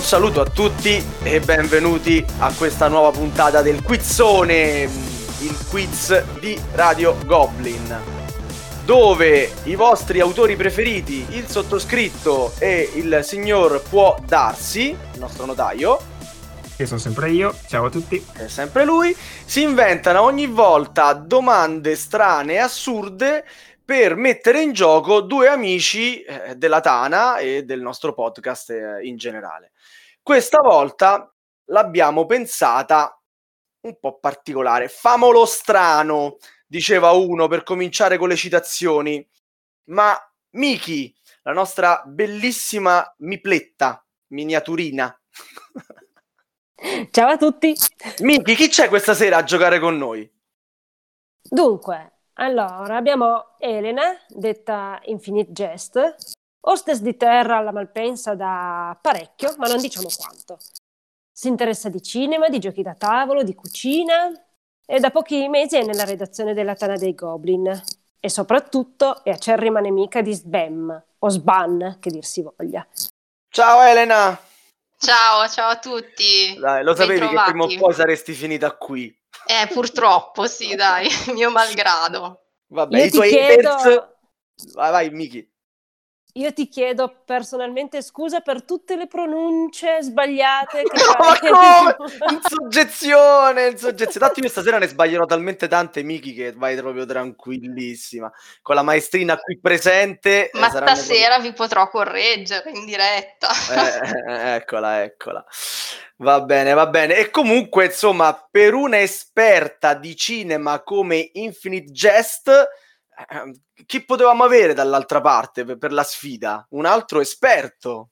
Un saluto a tutti e benvenuti a questa nuova puntata del Quizzone, il quiz di Radio Goblin, dove i vostri autori preferiti, il sottoscritto e il signor Può Darsi, il nostro notaio, che sono sempre io, ciao a tutti, è sempre lui, si inventano ogni volta domande strane e assurde per mettere in gioco due amici della Tana e del nostro podcast in generale. Questa volta l'abbiamo pensata un po' particolare. Famolo strano, diceva uno per cominciare con le citazioni. Ma Miki, la nostra bellissima mipletta, miniaturina. Ciao a tutti. Miki, chi c'è questa sera a giocare con noi? Dunque, allora abbiamo Elena, detta Infinite Jest, hostess di terra alla Malpensa da parecchio, ma non diciamo quanto. Si interessa di cinema, di giochi da tavolo, di cucina e da pochi mesi è nella redazione della Tana dei Goblin e soprattutto è acerrima nemica di Sbam o Sban, che dir si voglia. Ciao Elena! Ciao a tutti. Dai, lo sapevi che prima o poi saresti finita qui. Purtroppo sì, dai, mio malgrado. Vabbè, io i tuoi haters... Vai, Miki. Io ti chiedo personalmente scusa per tutte le pronunce sbagliate che ma come? In soggezione. Tanto io stasera ne sbaglierò talmente tante, Miki, che vai proprio tranquillissima. Con la maestrina qui presente. Ma stasera vi potrò correggere in diretta. Eccola. Va bene. E comunque, insomma, per una esperta di cinema come Infinite Jest, chi potevamo avere dall'altra parte per la sfida? Un altro esperto,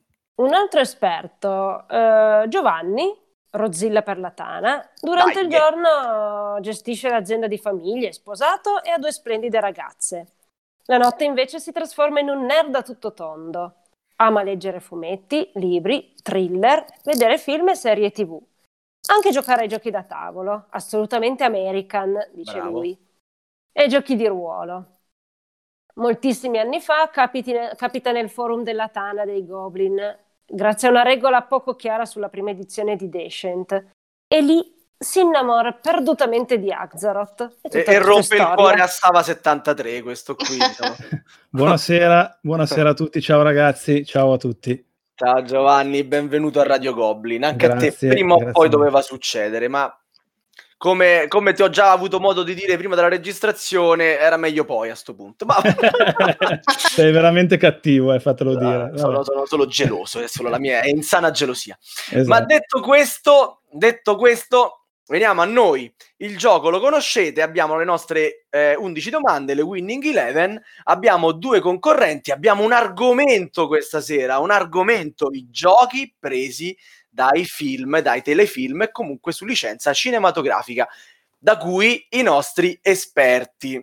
Giovanni, Rozzilla per la Tana. Durante il giorno gestisce l'azienda di famiglia, è sposato e ha 2 splendide ragazze. La notte invece si trasforma in un nerd a tutto tondo. Ama leggere fumetti, libri, thriller, vedere film e serie TV. Anche giocare ai giochi da tavolo, assolutamente American, dice Bravo. lui. E giochi di ruolo. Moltissimi anni fa capita nel forum della Tana dei Goblin, grazie a una regola poco chiara sulla prima edizione di Descent. E lì si innamora perdutamente di Axaroth. E rompe il cuore a Sava 73, questo qui. Buonasera a tutti, ciao ragazzi, ciao a tutti. Ciao Giovanni, benvenuto a Radio Goblin. Anche grazie, a te prima o poi doveva succedere, ma come ti ho già avuto modo di dire prima della registrazione, era meglio poi a sto punto. Ma... Sei veramente cattivo, fatelo dire. Sono solo geloso, è solo la mia insana gelosia. Esatto. Ma detto questo, veniamo a noi. Il gioco lo conoscete, abbiamo le nostre 11 domande, le Winning 11, abbiamo 2 concorrenti, abbiamo un argomento questa sera, i giochi presi dai film, dai telefilm e comunque su licenza cinematografica, da cui i nostri esperti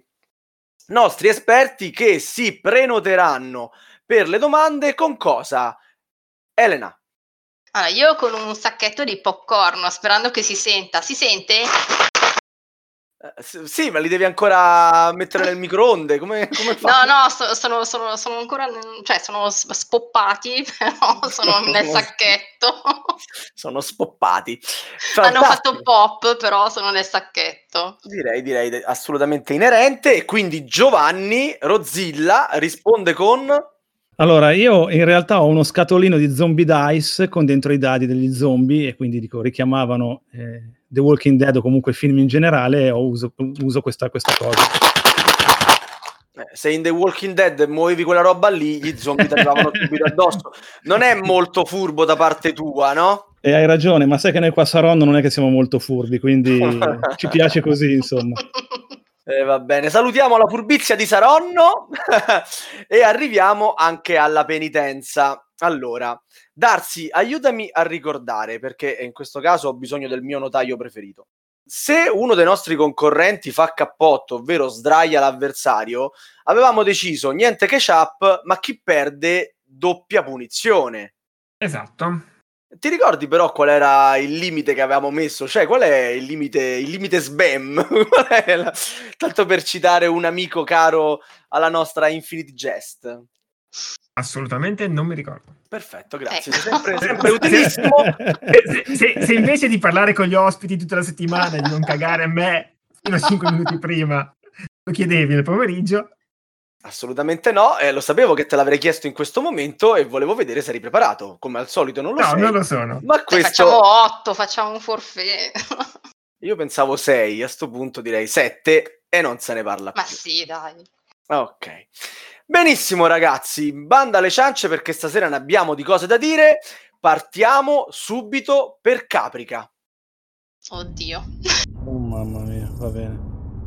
che si prenoteranno per le domande con cosa? Elena? Allora, io con un sacchetto di popcorn, sperando che si senta. Si sente? Sì, ma li devi ancora mettere nel microonde, come fai? No, sono ancora, cioè sono spoppati, però sono nel sacchetto. Sono spoppati. Hanno fatto pop, però sono nel sacchetto. Direi assolutamente inerente. E quindi Giovanni Rozzilla risponde con... Allora, io in realtà ho uno scatolino di zombie dice con dentro i dadi degli zombie e quindi richiamavano The Walking Dead o comunque film in generale e uso questa cosa. Se in The Walking Dead muovevi quella roba lì, gli zombie ti arrivavano subito addosso. Non è molto furbo da parte tua, no? E hai ragione, ma sai che noi qua a Saronno non è che siamo molto furbi, quindi ci piace così, insomma. Va bene, salutiamo la furbizia di Saronno e arriviamo anche alla penitenza. Allora, Darsi, aiutami a ricordare, perché in questo caso ho bisogno del mio notaio preferito. Se uno dei nostri concorrenti fa cappotto, ovvero sdraia l'avversario, avevamo deciso niente ketchup, ma chi perde doppia punizione. Esatto. Ti ricordi però qual era il limite che avevamo messo? Cioè, qual è il limite Sbam? Tanto per citare un amico caro alla nostra Infinite Jest. Assolutamente non mi ricordo. Perfetto, grazie. Ecco. Sempre utilissimo. Se invece di parlare con gli ospiti tutta la settimana e di non cagare a me fino a 5 minuti prima lo chiedevi nel pomeriggio. Assolutamente no, lo sapevo che te l'avrei chiesto in questo momento e volevo vedere se eri preparato. Come al solito non lo sei. No, non lo sono. Ma questo... Facciamo 8, facciamo un forfait. Io pensavo 6, a sto punto direi 7 e non se ne parla più. Ma sì, dai. Ok. Benissimo ragazzi, banda alle ciance perché stasera ne abbiamo di cose da dire. Partiamo subito per Caprica. Oddio. Oh mamma mia, va bene.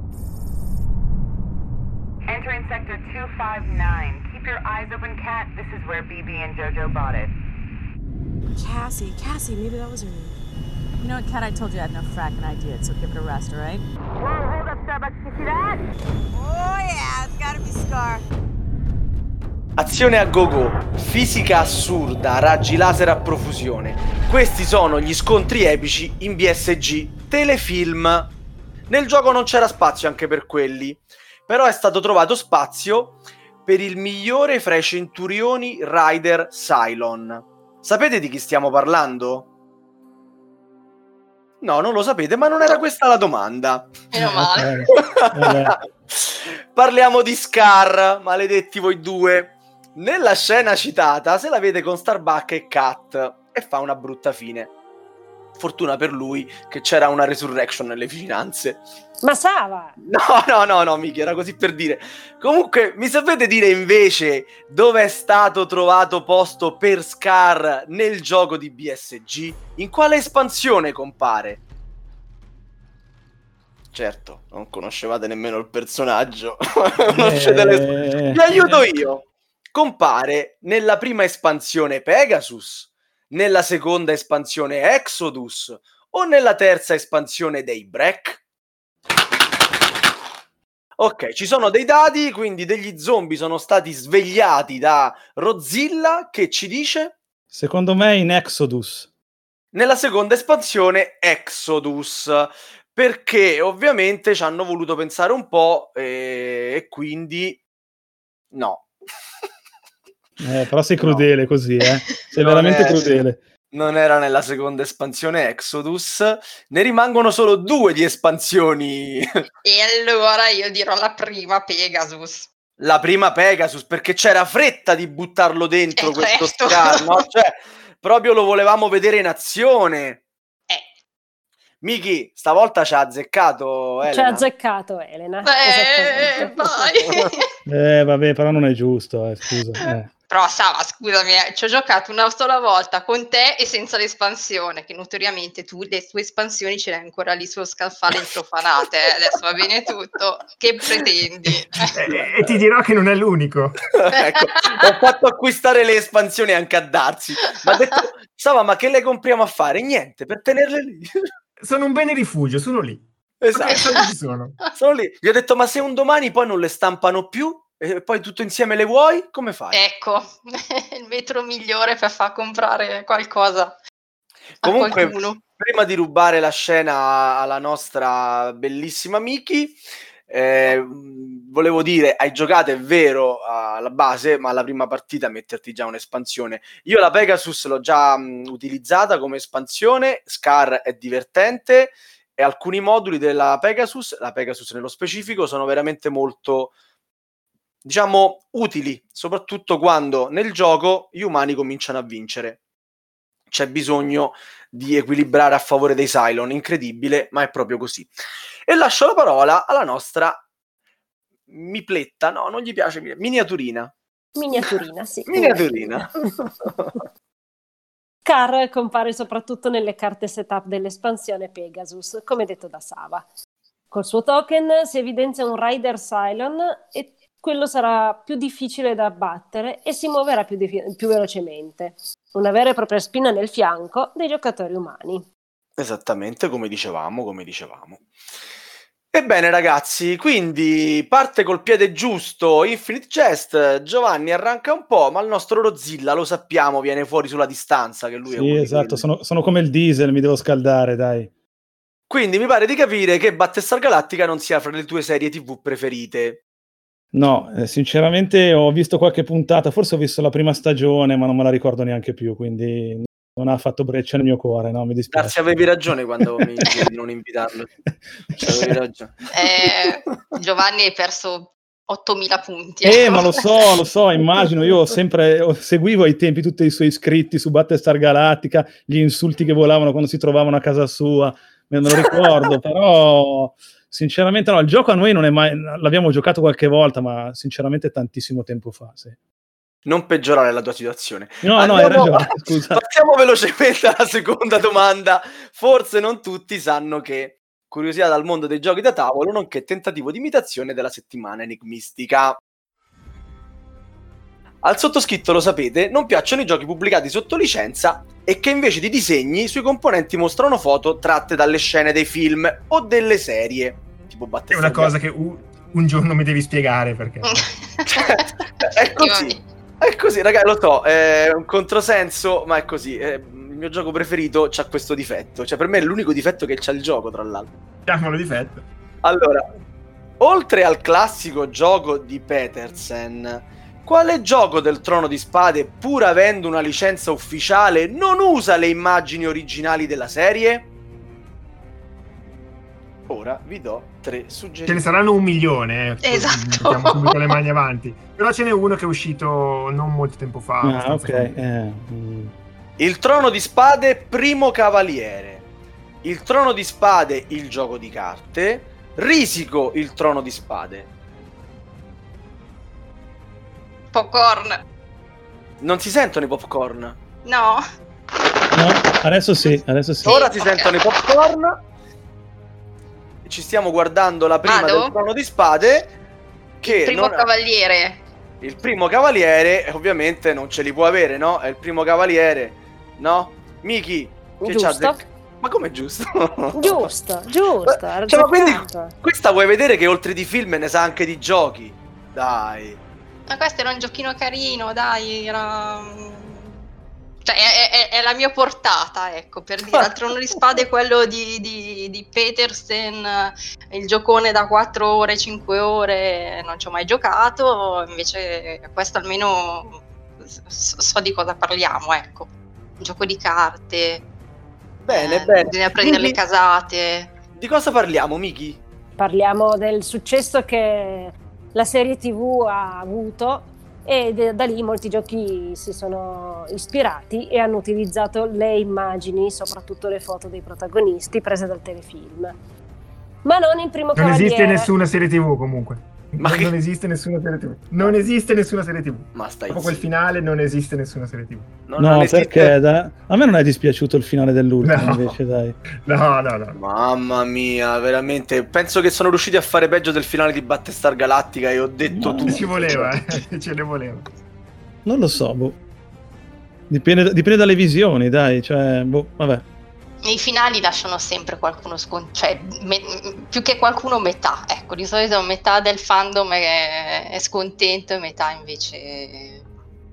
Entering sector 259. Keep your eyes open, Cat. This is where BB and JoJo bought it. Cassie, maybe that was her name. You know what, Kat, I told you I had no fracking idea, so give it a rest, all right? Whoa, hold up, Starbucks. You see that? Oh, yeah, it's gotta be Scar. Azione a go-go, fisica assurda, raggi laser a profusione. Questi sono gli scontri epici in BSG telefilm. Nel gioco non c'era spazio anche per quelli, però è stato trovato spazio per il migliore fra i centurioni Rider Cylon. Sapete di chi stiamo parlando? No, non lo sapete, ma non era questa la domanda. Meno male. Parliamo di Scar, maledetti voi due. Nella scena citata se la vede con Starbuck e Kat e fa una brutta fine. Fortuna per lui che c'era una resurrection nelle vicinanze. Ma Sava! No, Miki, era così per dire. Comunque, mi sapete dire invece dove è stato trovato posto per Scar nel gioco di BSG? In quale espansione compare? Certo, non conoscevate nemmeno il personaggio. Vi aiuto io. Compare nella prima espansione Pegasus, nella seconda espansione Exodus o nella terza espansione Daybreak? Ok, ci sono dei dati, quindi degli zombie sono stati svegliati da Rozzilla che ci dice? Secondo me in Exodus. Nella seconda espansione Exodus, perché ovviamente ci hanno voluto pensare un po' e quindi no. Però sei crudele così, sei Non veramente è- crudele. Non era nella seconda espansione Exodus, ne rimangono solo 2 di espansioni. E allora io dirò la prima Pegasus. La prima Pegasus, perché c'era fretta di buttarlo dentro questo Certo. Scar, no? Cioè, proprio lo volevamo vedere in azione. Miki, stavolta ci ha azzeccato Elena. Ci ha azzeccato Elena. Esattamente. Vai. Vabbè, però non è giusto, scusa. Però Sava, scusami, ci ho giocato una sola volta con te e senza l'espansione, che notoriamente tu le tue espansioni ce le hai ancora lì sullo scaffale introfanate, adesso va bene tutto, che pretendi? E ti dirò che non è l'unico. Ecco, ho fatto acquistare le espansioni anche a Darsi. Ma ha detto, Sava, ma che le compriamo a fare? Niente, per tenerle lì. Sono un bene rifugio, sono lì. Esatto. Ci sono. Sono lì. Gli ho detto, ma se un domani poi non le stampano più e poi tutto insieme le vuoi, come fai? Ecco, il metro migliore per far comprare qualcosa a Comunque, qualcuno. prima di rubare la scena alla nostra bellissima Miki, volevo dire, hai giocato, è vero, alla base, ma alla prima partita metterti già un'espansione. Io la Pegasus l'ho già utilizzata come espansione, Scar è divertente e alcuni moduli della Pegasus, la Pegasus nello specifico, sono veramente molto, diciamo, utili, soprattutto quando nel gioco gli umani cominciano a vincere. C'è bisogno di equilibrare a favore dei Cylon, incredibile, ma è proprio così. E lascio la parola alla nostra mipletta, no, non gli piace, miniaturina. Miniaturina, sì. Miniaturina. Scar compare soprattutto nelle carte setup dell'espansione Pegasus, come detto da Sava. Col suo token si evidenzia un Rider Cylon e quello sarà più difficile da abbattere e si muoverà più velocemente. Una vera e propria spina nel fianco dei giocatori umani. Esattamente, come dicevamo. Ebbene ragazzi, quindi parte col piede giusto Infinite Jest, Giovanni arranca un po', ma il nostro Rozzilla, lo sappiamo, viene fuori sulla distanza, che lui è Sì, uno di esatto, quelli. sono come il diesel, mi devo scaldare, dai. Quindi mi pare di capire che Battlestar Galactica non sia fra le tue serie TV preferite. No, sinceramente ho visto qualche puntata, forse ho visto la prima stagione, ma non me la ricordo neanche più, quindi non ha fatto breccia nel mio cuore, no, mi dispiace. Grazie, avevi ragione quando mi dicevi di non invitarlo. Avevi ragione. Giovanni hai perso 8.000 punti. Ma lo so, immagino, io seguivo ai tempi tutti i suoi scritti su Battlestar Galactica, gli insulti che volavano quando si trovavano a casa sua, me lo ricordo, però sinceramente no, il gioco a noi non è mai, l'abbiamo giocato qualche volta, ma sinceramente tantissimo tempo fa, sì. Non peggiorare la tua situazione. No, hai ragione, scusa. Passiamo velocemente alla seconda domanda. Forse non tutti sanno che curiosità dal mondo dei giochi da tavolo, nonché tentativo di imitazione della settimana enigmistica. Al sottoscritto, lo sapete, non piacciono i giochi pubblicati sotto licenza e che invece di disegni sui componenti mostrano foto tratte dalle scene dei film o delle serie. Tipo È una cosa che un giorno mi devi spiegare perché. È così. È così, ragazzi, lo so, è un controsenso, ma è così. Il mio gioco preferito c'ha questo difetto. Cioè, per me è l'unico difetto che c'ha il gioco, tra l'altro. Chiamalo difetto. Allora, oltre al classico gioco di Petersen, quale gioco del Trono di Spade, pur avendo una licenza ufficiale, non usa le immagini originali della serie? Ora vi do 3 suggerimenti. Ce ne saranno 1 milione, Esatto. Mettiamo subito le mani avanti. Però ce n'è uno che è uscito non molto tempo fa. Ok. Il Trono di Spade, Primo Cavaliere. Il Trono di Spade, il gioco di carte. Risico, il Trono di Spade. Popcorn. Non si sentono i popcorn? No. Adesso sì. Ora si sentono i popcorn. Ci stiamo guardando la prima Vado? del Trono di Spade. Che Primo Cavaliere. Il Primo Cavaliere, ovviamente, non ce li può avere, no? È il Primo Cavaliere, no? Miki, che Giusto. Ma come giusto? Giusto. Cioè, ma quindi questa vuoi vedere che oltre di film ne sa anche di giochi? Dai. Ma questo era un giochino carino, dai, era... Cioè, è la mia portata, ecco, per dire. Al Trono di Spade quello di Petersen, il giocone da 4 ore, 5 ore, non ci ho mai giocato, invece questo almeno so di cosa parliamo, ecco. Un gioco di carte. Bene. Bisogna prendere le casate. Di cosa parliamo, Miki? Parliamo del successo che la serie TV ha avuto e da lì molti giochi si sono ispirati e hanno utilizzato le immagini, soprattutto le foto dei protagonisti prese dal telefilm. Ma non il Primo Cavaliere. Non esiste nessuna serie TV comunque. Ma non esiste nessuna serie TV. Non esiste nessuna serie TV. Ma stai Dopo quel finale non esiste nessuna serie TV. Non perché a me non è dispiaciuto il finale dell'ultimo, invece, dai. No. Mamma mia, veramente. Penso che sono riusciti a fare peggio del finale di Battlestar Galactica e ho detto tutto. Ci voleva, ce ne voleva. Non lo so, dipende dalle visioni, dai, cioè, vabbè. I finali lasciano sempre qualcuno più che qualcuno metà, ecco, di solito metà del fandom è scontento e metà invece...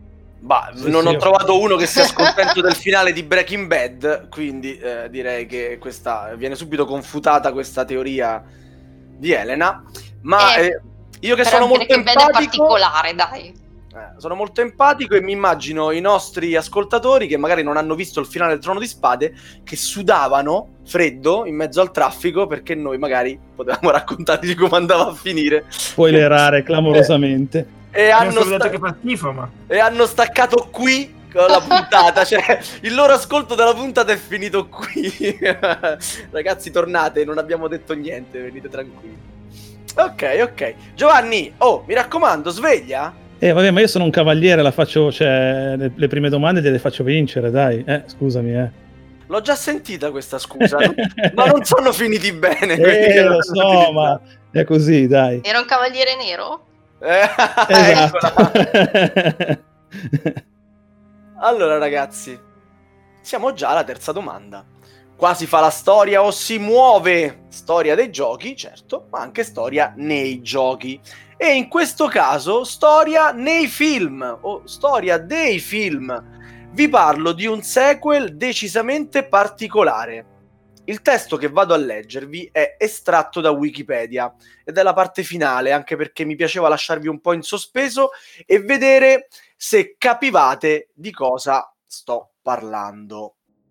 Non ho trovato uno che sia scontento del finale di Breaking Bad, quindi direi che questa viene subito confutata questa teoria di Elena, ma io che sono molto empatico, è particolare, dai. Sono molto empatico e mi immagino i nostri ascoltatori che magari non hanno visto il finale del Trono di Spade che sudavano freddo in mezzo al traffico perché noi magari potevamo raccontargli come andava a finire. Spoilerare clamorosamente. E hanno staccato qui la puntata, cioè il loro ascolto della puntata è finito qui. Ragazzi, tornate, non abbiamo detto niente, venite tranquilli. Ok. Giovanni, mi raccomando, sveglia. Vabbè, ma io sono un cavaliere, la faccio, cioè, le prime domande gliele faccio vincere, dai. Scusami, L'ho già sentita questa scusa, ma non sono finiti bene. Lo so, ma è così, dai. Era un cavaliere nero? Esatto. Allora, ragazzi, siamo già alla terza domanda. Qua si fa la storia o si muove. Storia dei giochi, certo, ma anche storia nei giochi. E in questo caso storia nei film o storia dei film. Vi parlo di un sequel decisamente particolare. Il testo che vado a leggervi è estratto da Wikipedia ed è la parte finale, anche perché mi piaceva lasciarvi un po' in sospeso e vedere se capivate di cosa sto parlando.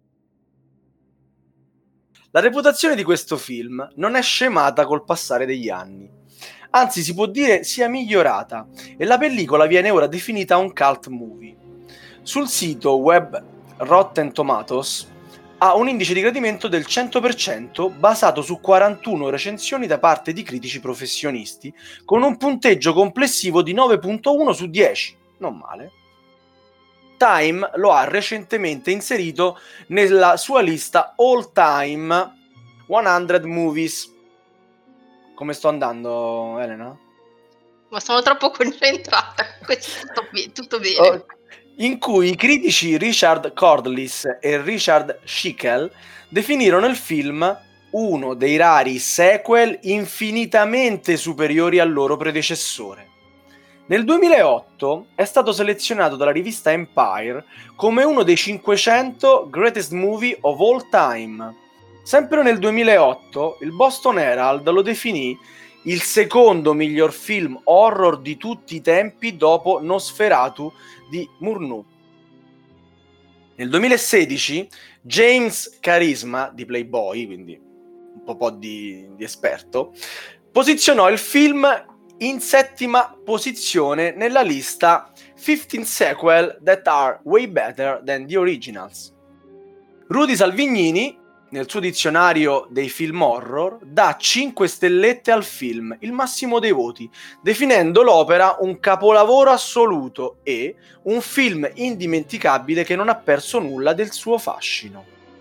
La reputazione di questo film non è scemata col passare degli anni, anzi si può dire sia migliorata, e la pellicola viene ora definita un cult movie. Sul sito web Rotten Tomatoes ha un indice di gradimento del 100% basato su 41 recensioni da parte di critici professionisti, con un punteggio complessivo di 9.1 su 10. Non male. Time lo ha recentemente inserito nella sua lista All Time 100 Movies. Come sto andando, Elena? Ma sono troppo concentrata. Tutto bene. In cui i critici Richard Cordless e Richard Schickel definirono il film uno dei rari sequel infinitamente superiori al loro predecessore. Nel 2008 è stato selezionato dalla rivista Empire come uno dei 500 Greatest Movie of All Time. Sempre nel 2008 il Boston Herald lo definì il secondo miglior film horror di tutti i tempi dopo Nosferatu di Murnau. Nel 2016 James Charisma di Playboy, quindi un po' di esperto, posizionò il film in 7ª posizione nella lista 15 sequel that are way better than the originals. Rudy Salvignini, nel suo dizionario dei film horror, dà 5 stellette al film, il massimo dei voti, definendo l'opera un capolavoro assoluto e un film indimenticabile che non ha perso nulla del suo fascino.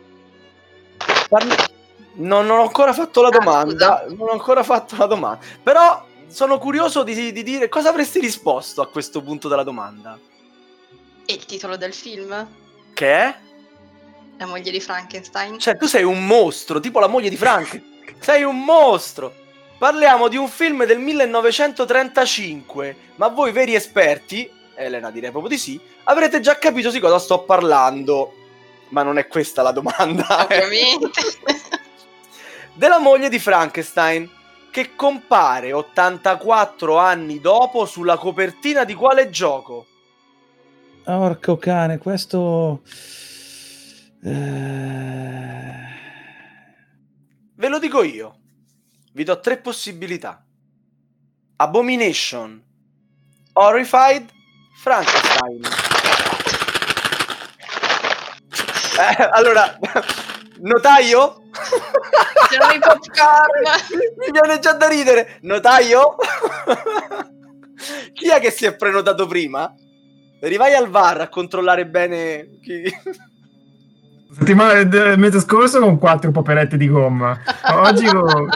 Non ho ancora fatto la domanda, però sono curioso di dire cosa avresti risposto a questo punto della domanda. E il titolo del film? Che è? La moglie di Frankenstein. Cioè, tu sei un mostro, tipo la moglie di Frankenstein. Sei un mostro. Parliamo di un film del 1935, ma voi veri esperti, Elena direi proprio di sì, avrete già capito di cosa sto parlando. Ma non è questa la domanda. Ovviamente. Della moglie di Frankenstein, che compare 84 anni dopo sulla copertina di quale gioco? Orco cane, questo... Ve lo dico io. Vi do 3 possibilità: Abomination, Horrified, Frankenstein. Allora, notaio? C'erano i popcorn. Mi viene già da ridere. Notaio? Chi è che si è prenotato prima? Rivai al VAR a controllare bene chi... Settimana del mese scorso con 4 poperette di gomma. Oggi con...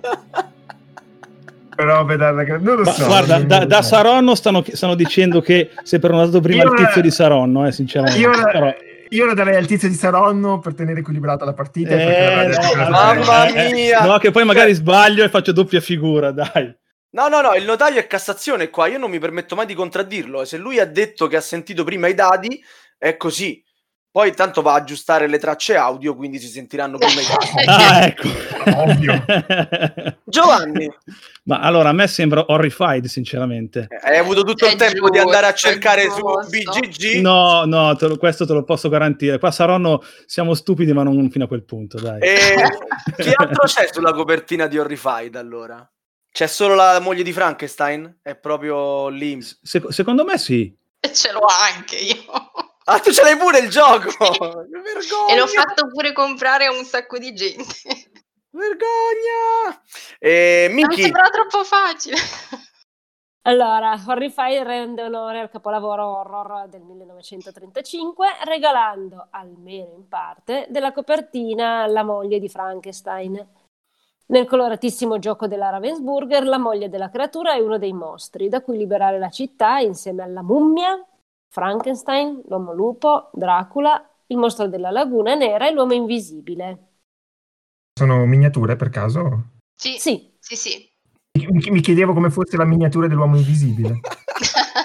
Però non lo so. Guarda, da Saronno stanno dicendo che si è prenotato prima il tizio di Saronno, sinceramente. Io la darei al tizio di Saronno per tenere equilibrata la partita. Mamma mia! No, che poi magari sbaglio e faccio doppia figura, dai. No, il notaio è Cassazione qua, io non mi permetto mai di contraddirlo. Se lui ha detto che ha sentito prima i dadi, è così. Poi tanto va a aggiustare le tracce audio, quindi si sentiranno prima i dadi. Ah, ecco. Ovvio. Giovanni. Ma allora, a me sembra Horrified, sinceramente. Hai avuto tutto il tempo di andare a cercare su BGG? No, questo te lo posso garantire. Qua Saronno siamo stupidi, ma non fino a quel punto, dai. Che altro c'è sulla copertina di Horrified, allora? C'è solo la moglie di Frankenstein? È proprio lì? Secondo me sì. E ce l'ho anche io. Ah, tu ce l'hai pure il gioco! Sì. Vergogna! E l'ho fatto pure comprare a un sacco di gente. Vergogna! Mi sembra troppo facile. Allora, Horrified rende onore al capolavoro horror del 1935, regalando, almeno in parte, della copertina La moglie di Frankenstein. Nel coloratissimo gioco della Ravensburger, la moglie della creatura è uno dei mostri, da cui liberare la città insieme alla mummia, Frankenstein, l'uomo lupo, Dracula, il mostro della laguna nera e l'uomo invisibile. Sono miniature per caso? Sì. Mi chiedevo come fosse la miniatura dell'uomo invisibile.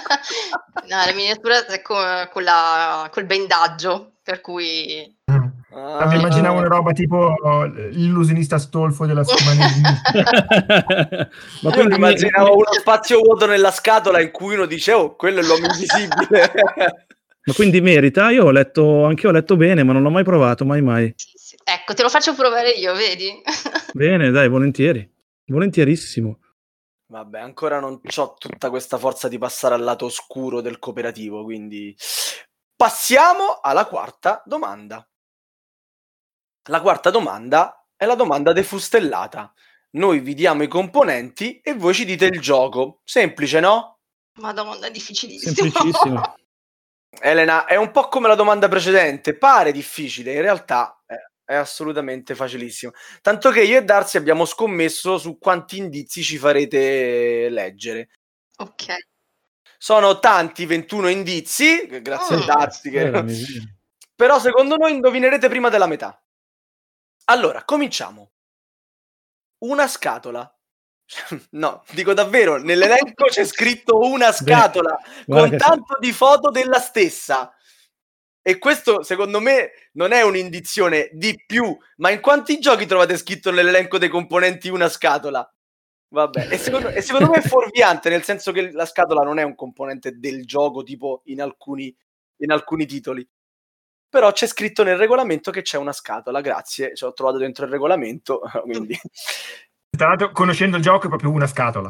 No, la miniatura è col bendaggio, per cui... Mi immaginavo una roba tipo l'illusionista stolfo della settimana di Ma io immaginavo uno spazio vuoto nella scatola in cui uno dice oh, quello è l'uomo invisibile. Ma quindi merita? Io anche io ho letto bene, ma non l'ho mai provato, mai. Sì. Ecco, te lo faccio provare io, vedi? Bene, dai, volentieri. Volentierissimo. Vabbè, ancora non c'ho tutta questa forza di passare al lato oscuro del cooperativo, quindi passiamo alla quarta domanda. La quarta domanda è la domanda defustellata. Noi vi diamo i componenti e voi ci dite il gioco. Semplice, no? Madonna, è difficilissimo. Semplicissimo. Elena, è un po' come la domanda precedente. Pare difficile, in realtà è assolutamente facilissimo. Tanto che io e Darsi abbiamo scommesso su quanti indizi ci farete leggere. Ok. Sono tanti, 21 indizi, grazie a Darsi. Però secondo noi indovinerete prima della metà. Allora, cominciamo. Una scatola. No, dico davvero, nell'elenco c'è scritto una scatola con tanto di foto della stessa. E questo, secondo me, non è un'indizione di più. Ma in quanti giochi trovate scritto nell'elenco dei componenti una scatola? Vabbè, e secondo me è fuorviante, nel senso che la scatola non è un componente del gioco, tipo in alcuni titoli. Però c'è scritto nel regolamento che c'è una scatola, grazie, ci ho trovato dentro il regolamento, quindi... Tra l'altro, conoscendo il gioco è proprio una scatola.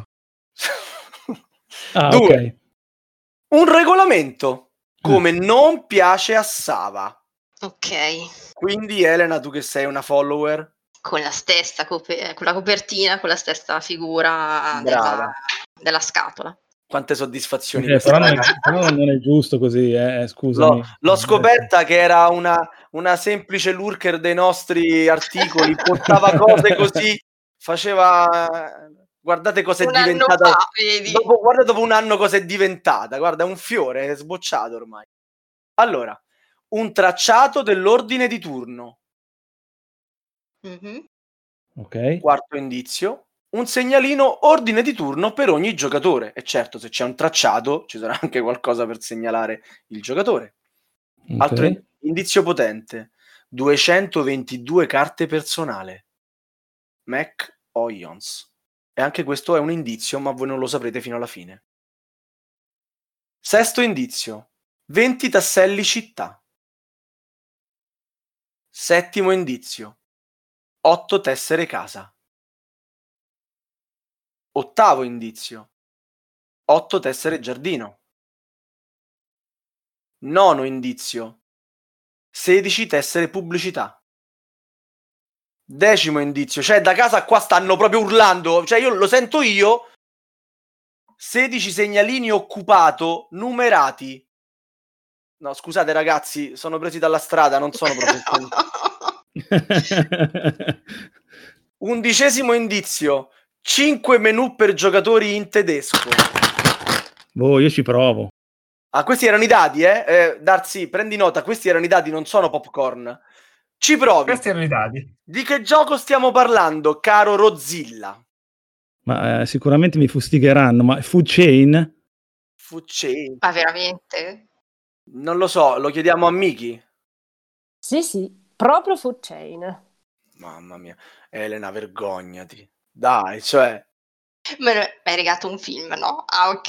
2. Okay. Un regolamento, come non piace a Sava. Ok. Quindi, Elena, tu che sei una follower... Con la stessa con la copertina, con la stessa figura della scatola. Quante soddisfazioni. Però non è giusto così, scusami. L'ho scoperta che era una semplice lurker dei nostri articoli, portava cose così, faceva... Guardate cosa è diventata. Guarda dopo un anno cosa è diventata. Guarda, è un fiore, è sbocciato ormai. Allora, un tracciato dell'ordine di turno. Mm-hmm. Ok. Quarto indizio. Un segnalino ordine di turno per ogni giocatore. E certo, se c'è un tracciato, ci sarà anche qualcosa per segnalare il giocatore. Okay. Altro indizio potente. 222 carte personale. Mac Oyons. E anche questo è un indizio, ma voi non lo saprete fino alla fine. Sesto indizio. 20 tasselli città. Settimo indizio. 8 tessere casa. Ottavo indizio. 8 tessere giardino. Nono indizio. 16 tessere pubblicità. Decimo indizio. Cioè, da casa qua stanno proprio urlando. Cioè, io lo sento io. 16 segnalini occupato, numerati. No, scusate ragazzi, sono presi dalla strada, non sono professionisti. 11° indizio. 5 menù per giocatori in tedesco. Boh, io ci provo. Ah, questi erano i dadi, Darsi, prendi nota, questi erano i dadi, non sono popcorn. Ci provi. Questi erano i dadi. Di che gioco stiamo parlando, caro Rozilla? Ma sicuramente mi fustigheranno, ma Food Chain? Food Chain? Ma veramente? Non lo so, lo chiediamo a Miki. Sì, proprio Food Chain. Mamma mia, Elena, vergognati. Dai, cioè... Ma hai regato un film, no? Ah, ok.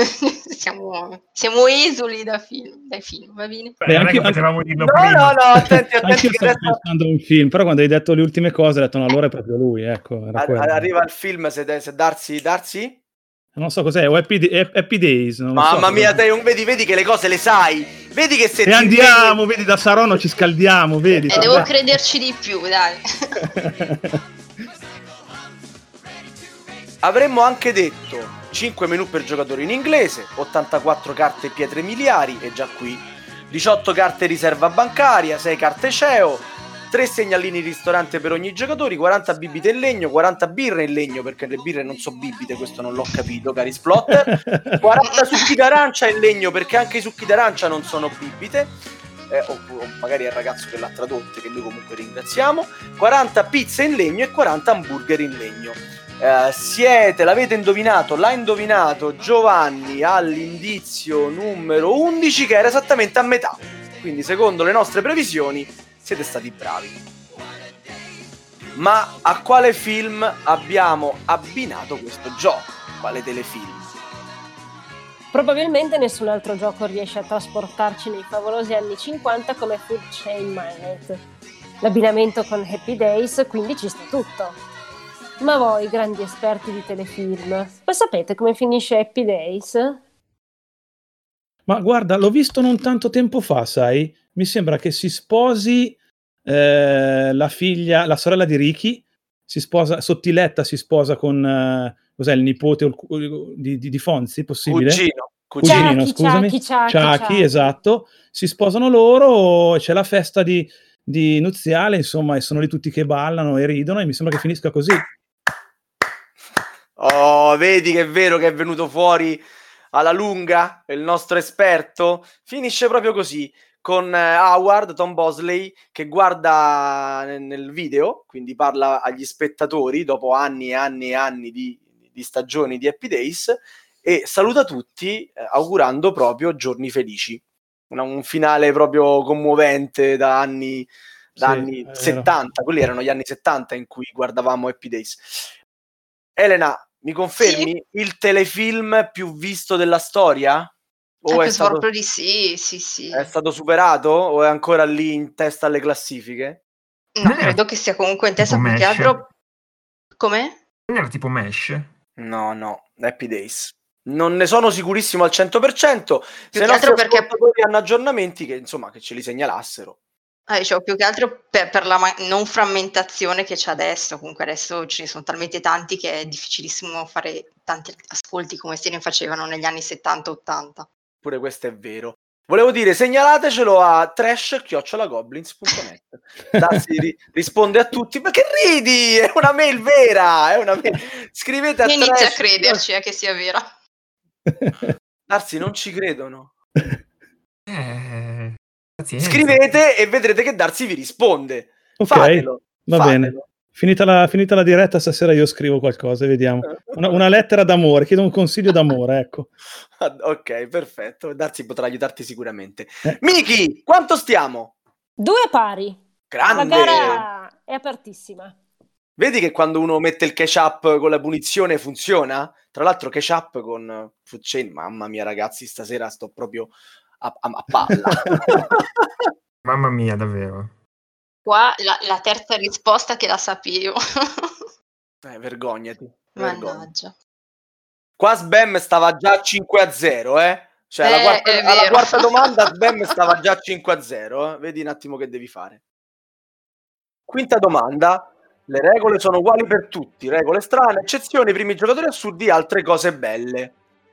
siamo esuli dai film, va bene? Beh, non è che potevamo dirlo no, prima. No, attenti. Anche io stavo pensando a un film, però quando hai detto le ultime cose ho detto no, allora è proprio lui, ecco. Arriva il film, se Darsi? Non so cos'è, o Happy Days. Non Mamma so, mia, vedi che le cose le sai. Vedi che se e andiamo, vedi, da Saronno ci scaldiamo, vedi. Devo crederci di più, dai. Avremmo anche detto 5 menù per giocatori in inglese, 84 carte pietre miliari, e già qui 18 carte riserva bancaria, 6 carte CEO, 3 segnalini ristorante per ogni giocatore, 40 bibite in legno, 40 birre in legno, perché le birre non so bibite, questo non l'ho capito, cari splotter, 40 succhi d'arancia in legno, perché anche i succhi d'arancia non sono bibite, o magari è il ragazzo che l'ha tradotte, che noi comunque ringraziamo, 40 pizze in legno e 40 hamburger in legno. L'avete indovinato, l'ha indovinato Giovanni all'indizio numero 11, che era esattamente a metà, quindi secondo le nostre previsioni siete stati bravi. Ma a quale film abbiamo abbinato questo gioco? Quale telefilm? Probabilmente nessun altro gioco riesce a trasportarci nei favolosi anni 50 come Food Chain Magnate. L'abbinamento con Happy Days, quindi ci sta tutto. Ma voi, grandi esperti di telefilm, lo sapete come finisce Happy Days? Ma guarda, l'ho visto non tanto tempo fa, sai? Mi sembra che si sposi la figlia, la sorella di Ricky, si sposa, Sottiletta si sposa con cos'è, il nipote di Fonzi, possibile? Cuginino, Chucky, scusami. Chucky, esatto. Si sposano loro, c'è la festa di nuziale, insomma, e sono lì tutti che ballano e ridono e mi sembra che finisca così. Oh, vedi che è vero che è venuto fuori alla lunga il nostro esperto? Finisce proprio così, con Howard, Tom Bosley, che guarda nel video, quindi parla agli spettatori dopo anni e anni e anni di stagioni di Happy Days, e saluta tutti augurando proprio giorni felici. Un finale proprio commovente da anni 70, quelli erano gli anni 70 in cui guardavamo Happy Days. Elena, mi confermi il telefilm più visto della storia? O è stato, proprio di sì. È stato superato o è ancora lì in testa alle classifiche? No, credo che sia comunque in testa più che altro. Come? Non era tipo Mesh? No, Happy Days. Non ne sono sicurissimo al 100%. Se i altro nostri perché ascoltatori hanno aggiornamenti, che insomma che ce li segnalassero. Dicevo, più che altro per la non frammentazione che c'è adesso. Comunque adesso ce ne sono talmente tanti che è difficilissimo fare tanti ascolti come se ne facevano negli anni 70-80. Pure questo è vero. Volevo dire, segnalatecelo a trash@goblins.net. Darsi risponde a tutti. Ma che ridi? È una mail vera, è una mail. Scrivete a Io inizio trash, a crederci che sia vera. Darsi, non ci credono. Pazienza. Scrivete e vedrete che Darsi vi risponde. Ok, Fatelo. bene. Finita la diretta stasera io scrivo qualcosa, vediamo. Una lettera d'amore, chiedo un consiglio d'amore, ecco. Ok, perfetto. Darsi potrà aiutarti sicuramente. Miki, quanto stiamo? 2 pari. Grande. La gara è apertissima. Vedi che quando uno mette il ketchup con la punizione funziona? Tra l'altro ketchup con Food Chain, mamma mia ragazzi, stasera sto proprio a palla. Mamma mia, davvero. Qua la terza risposta che la sapevo. Vergognati. Mannaggia. Qua Sbam stava già 5-0, Cioè alla quarta domanda Sbam stava già 5-0, Vedi un attimo che devi fare. Quinta domanda. Le regole sono uguali per tutti, regole strane, eccezioni, primi giocatori assurdi, altre cose belle.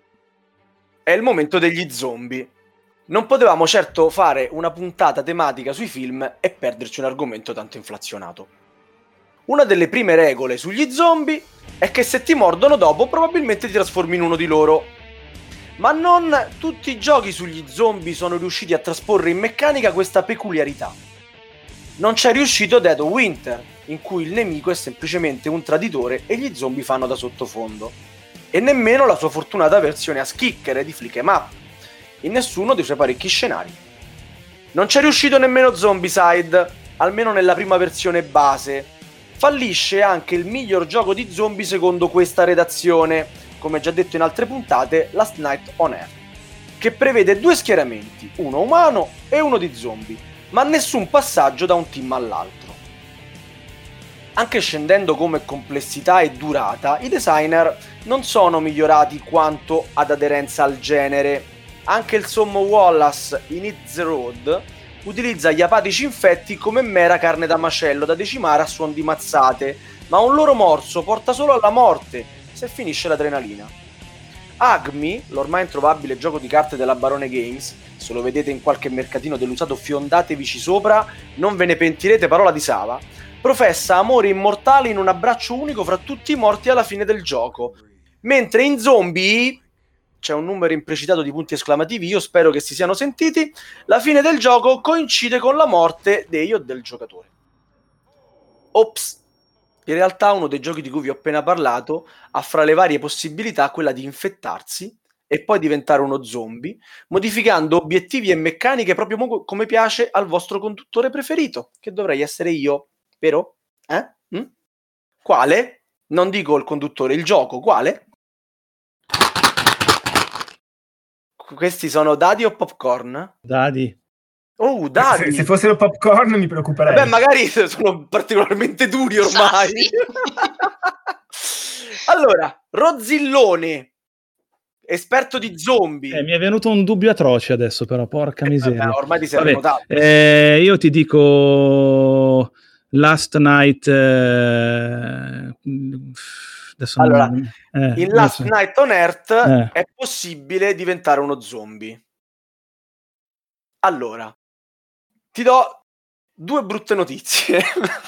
È il momento degli zombie. Non potevamo certo fare una puntata tematica sui film e perderci un argomento tanto inflazionato. Una delle prime regole sugli zombie è che se ti mordono dopo probabilmente ti trasformi in uno di loro. Ma non tutti i giochi sugli zombie sono riusciti a trasporre in meccanica questa peculiarità. Non c'è riuscito Dead of Winter, in cui il nemico è semplicemente un traditore e gli zombie fanno da sottofondo. E nemmeno la sua fortunata versione a schicchere di Flick 'em Up, in nessuno dei suoi parecchi scenari. Non c'è riuscito nemmeno Zombicide, almeno nella prima versione base. Fallisce anche il miglior gioco di zombie secondo questa redazione, come già detto in altre puntate, Last Night on Earth, che prevede 2 schieramenti, uno umano e uno di zombie, ma nessun passaggio da un team all'altro. Anche scendendo come complessità e durata, i designer non sono migliorati quanto ad aderenza al genere. Anche il sommo Wallace in Hit the Road utilizza gli apatici infetti come mera carne da macello da decimare a suon di mazzate, ma un loro morso porta solo alla morte se finisce l'adrenalina. Agmi, l'ormai introvabile gioco di carte della Barone Games, se lo vedete in qualche mercatino dell'usato fiondatevici sopra, non ve ne pentirete, parola di Sava, professa amore immortale in un abbraccio unico fra tutti i morti alla fine del gioco, mentre in Zombie, c'è un numero imprecitato di punti esclamativi, io spero che si siano sentiti, la fine del gioco coincide con la morte dei o del giocatore. Ops! In realtà uno dei giochi di cui vi ho appena parlato ha fra le varie possibilità quella di infettarsi e poi diventare uno zombie, modificando obiettivi e meccaniche proprio come piace al vostro conduttore preferito, che dovrei essere io, vero? Quale? Non dico il conduttore, il gioco, quale? Questi sono dadi o popcorn? Dadi. Oh, dadi! Se fossero popcorn mi preoccuperei. Beh, magari sono particolarmente duri ormai. Allora, Rozzillone, esperto di zombie. Mi è venuto un dubbio atroce adesso, però, porca miseria. Vabbè, ormai ti sei prenotato. Io ti dico Last Night. Allora, in Last Night on Earth è possibile diventare uno zombie. Allora, ti do 2 brutte notizie.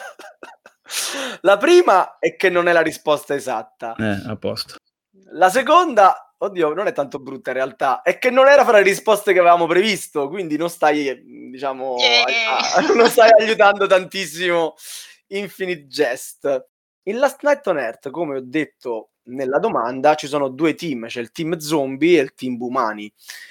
La prima è che non è la risposta esatta. A posto. La seconda, oddio, non è tanto brutta in realtà, è che non era fra le risposte che avevamo previsto, quindi non stai, diciamo, non stai aiutando tantissimo Infinite Jest. In Last Night on Earth, come ho detto nella domanda, ci sono 2 team, c'è il team zombie e il team umani.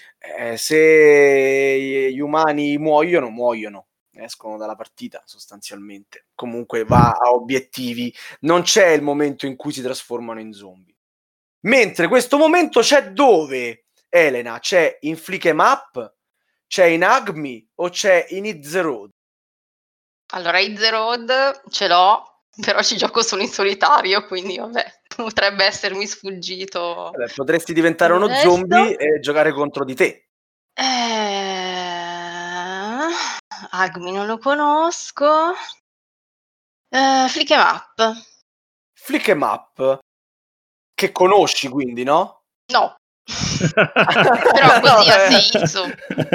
Se gli umani muoiono, escono dalla partita sostanzialmente. Comunque va a obiettivi, non c'è il momento in cui si trasformano in zombie. Mentre questo momento c'è dove, Elena? C'è in Flick 'em Up, c'è in Agmi o c'è in Hit the Road? Allora, Hit the Road ce l'ho, però ci gioco solo in solitario, quindi vabbè, potrebbe essermi sfuggito. Vabbè, potresti diventare uno zombie e giocare contro di te. Agmi non lo conosco. Flick 'em Up. Flick 'em Up, che conosci quindi, no? No. Però così ha senso.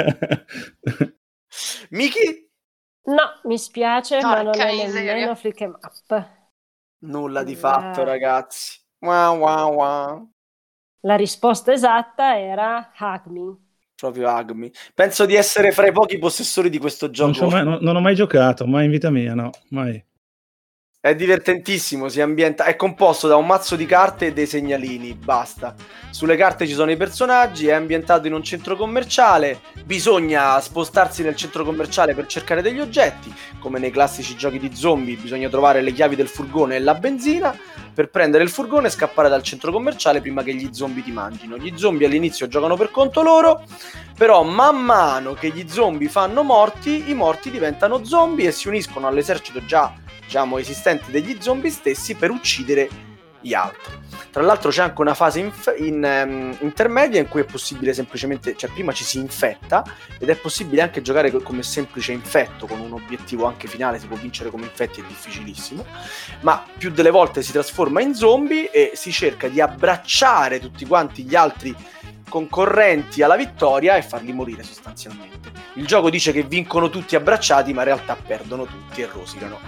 Miki? No, mi spiace, ma non è miseria. nemmeno Flick 'em Up. Nulla di fatto, ragazzi. Wow. La risposta esatta era Hugme. Proprio Agmi. Penso di essere fra i pochi possessori di questo gioco. Non ho mai giocato, mai in vita mia, no, mai. È divertentissimo, si ambienta, è composto da un mazzo di carte e dei segnalini, basta. Sulle carte ci sono i personaggi, è ambientato in un centro commerciale, bisogna spostarsi nel centro commerciale per cercare degli oggetti, come nei classici giochi di zombie, bisogna trovare le chiavi del furgone e la benzina per prendere il furgone e scappare dal centro commerciale prima che gli zombie ti mangino. Gli zombie all'inizio giocano per conto loro, però man mano che gli zombie fanno morti, i morti diventano zombie e si uniscono all'esercito già, diciamo, esistente degli zombie stessi per uccidere gli altri. Tra l'altro c'è anche una fase intermedia in cui è possibile semplicemente, cioè prima ci si infetta ed è possibile anche giocare come semplice infetto con un obiettivo anche finale, si può vincere come infetti, è difficilissimo, ma più delle volte si trasforma in zombie e si cerca di abbracciare tutti quanti gli altri concorrenti alla vittoria e farli morire sostanzialmente. Il gioco dice che vincono tutti abbracciati, ma in realtà perdono tutti e rosicano.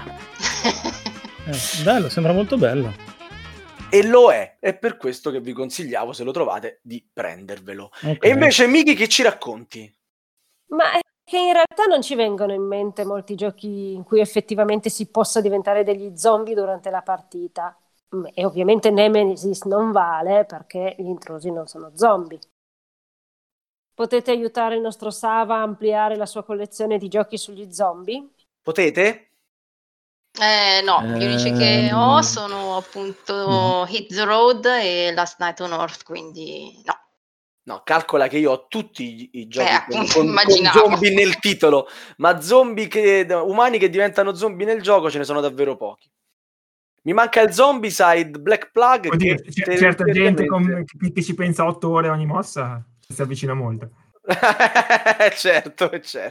Bello, sembra molto bello. E lo è per questo che vi consigliavo, se lo trovate, di prendervelo. Okay. E invece, Miki, che ci racconti? Ma è che in realtà non ci vengono in mente molti giochi in cui effettivamente si possa diventare degli zombie durante la partita. E ovviamente Nemesis non vale perché gli intrusi non sono zombie. Potete aiutare il nostro Sava a ampliare la sua collezione di giochi sugli zombie? Potete? No, gli unici che ho sono appunto Hit the Road e Last Night on Earth, quindi no. No, calcola che io ho tutti i giochi con immaginavo. zombie nel titolo, ma zombie umani che diventano zombie nel gioco ce ne sono davvero pochi. Mi manca il Zombicide Black Plug. Oddio, certa gente che ci pensa 8 ore ogni mossa si avvicina molto. certo.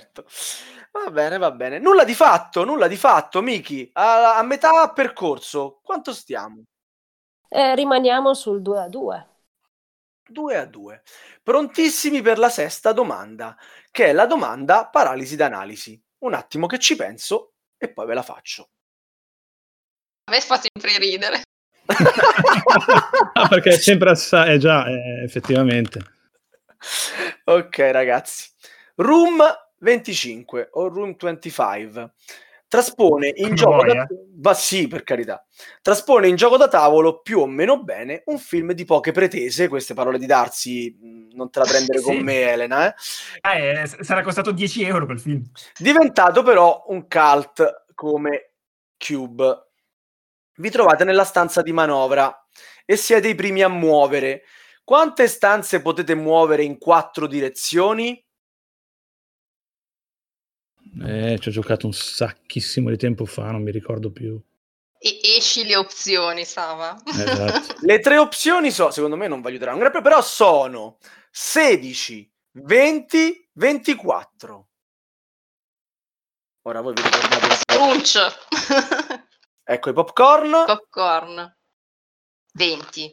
Va bene. Nulla di fatto, Miki. A metà percorso, quanto stiamo? Rimaniamo sul 2-2. 2-2. Prontissimi per la sesta domanda, che è la domanda paralisi d'analisi. Un attimo che ci penso e poi ve la faccio. A me fa sempre ridere. Perché è sempre assai, già, effettivamente. Ok, ragazzi. Room 25 o Room 25. traspone in Come gioco vuoi, sì, per carità. Traspone in gioco da tavolo più o meno bene un film di poche pretese. Queste parole di Darsi, non te la prendere con Sì. me, Elena. Sarà costato 10 euro quel film. Diventato però un cult come Cube. Vi trovate nella stanza di manovra e siete i primi a muovere. Quante stanze potete muovere in 4 direzioni? Ci ho giocato un sacchissimo di tempo fa, non mi ricordo più. E esci le opzioni, Sava. Esatto. Le 3 opzioni secondo me non vi aiuteranno, però sono 16, 20, 24. Ora voi vi ricordate un po'. Crunch. Ecco i popcorn. Popcorn. 20.